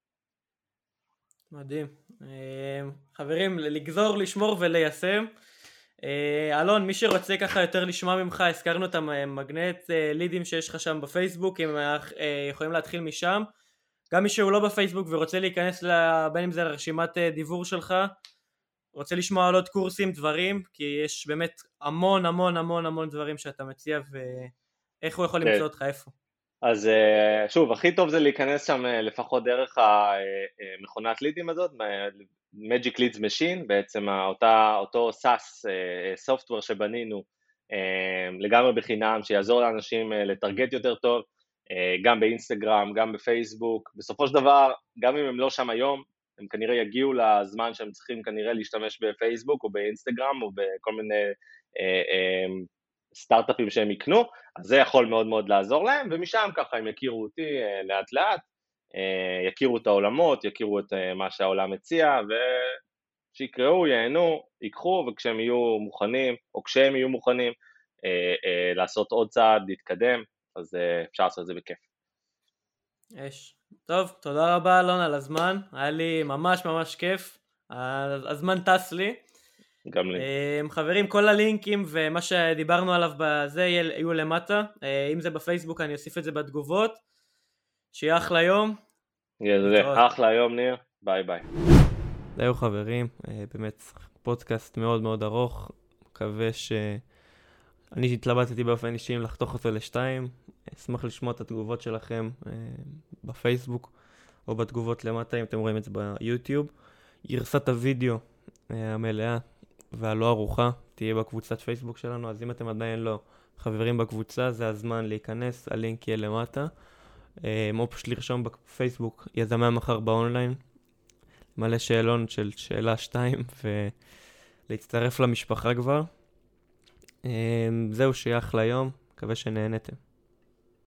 מדהים. חברים, לגזור, לשמור וליישם. אלון, מי שרוצה ככה יותר לשמוע ממך, הזכרנו את המגנט לידים שיש לך שם בפייסבוק, הם יכולים להתחיל משם. גם מי שהוא לא בפייסבוק ורוצה להיכנס בין אם זה לרשימת דיבור שלך, רוצה לשמוע על עוד קורסים, דברים, כי יש באמת המון דברים שאתה מציע, ואיך הוא יכול למצוא אותך, איפה? אז שוב, הכי טוב זה להיכנס שם לפחות דרך המכונת לידים הזאת, Magic Leads Machine, בעצם אותו SaaS, software שבנינו, לגמרי בחינם, שיעזור לאנשים לטרגט יותר טוב, גם באינסטגרם, גם בפייסבוק. בסופו של דבר, גם אם הם לא שם היום, הם כנראה יגיעו לזמן שהם צריכים כנראה להשתמש בפייסבוק או באינסטגרם או בכל מיני סטארט-אפים שהם יקנו, אז זה יכול מאוד מאוד לעזור להם, ומשם ככה הם יכירו אותי לאט לאט, יכירו את העולמות, יכירו את מה שהעולם מציע, ושיקראו, ייהנו, ייקחו, וכשהם יהיו מוכנים, או כשהם יהיו מוכנים, לעשות עוד צעד, להתקדם, אז אפשר לעשות את זה בכיף. טוב, תודה רבה אלון על הזמן, היה לי ממש כיף, הזמן טס לי, גם לי. חברים, כל הלינקים ומה שדיברנו עליו בזה יהיו למטה. אם זה בפייסבוק אני אוסיף את זה בתגובות. שיהיה אחלה יום. אחלה יום ניר, ביי ביי. זהו חברים, באמת פודקאסט מאוד מאוד ארוך, מקווה אני התלבטתי באופן אישי אם לחתוך אותו לשתיים, אשמח לשמוע את התגובות שלכם בפייסבוק או בתגובות למטה אם אתם רואים את זה ביוטיוב. גרסת הוידאו המלאה והלא ארוחה תהיה בקבוצת פייסבוק שלנו, אז אם אתם עדיין לא חברים בקבוצה זה הזמן להיכנס, הלינק יהיה למטה, או פשוט לרשום בפייסבוק יזמי המחר באונליין, מלא שאלון של שאלה 2 ולהצטרף למשפחה כבר. זהו, שיהיה אחלה יום, מקווה שנהנתם.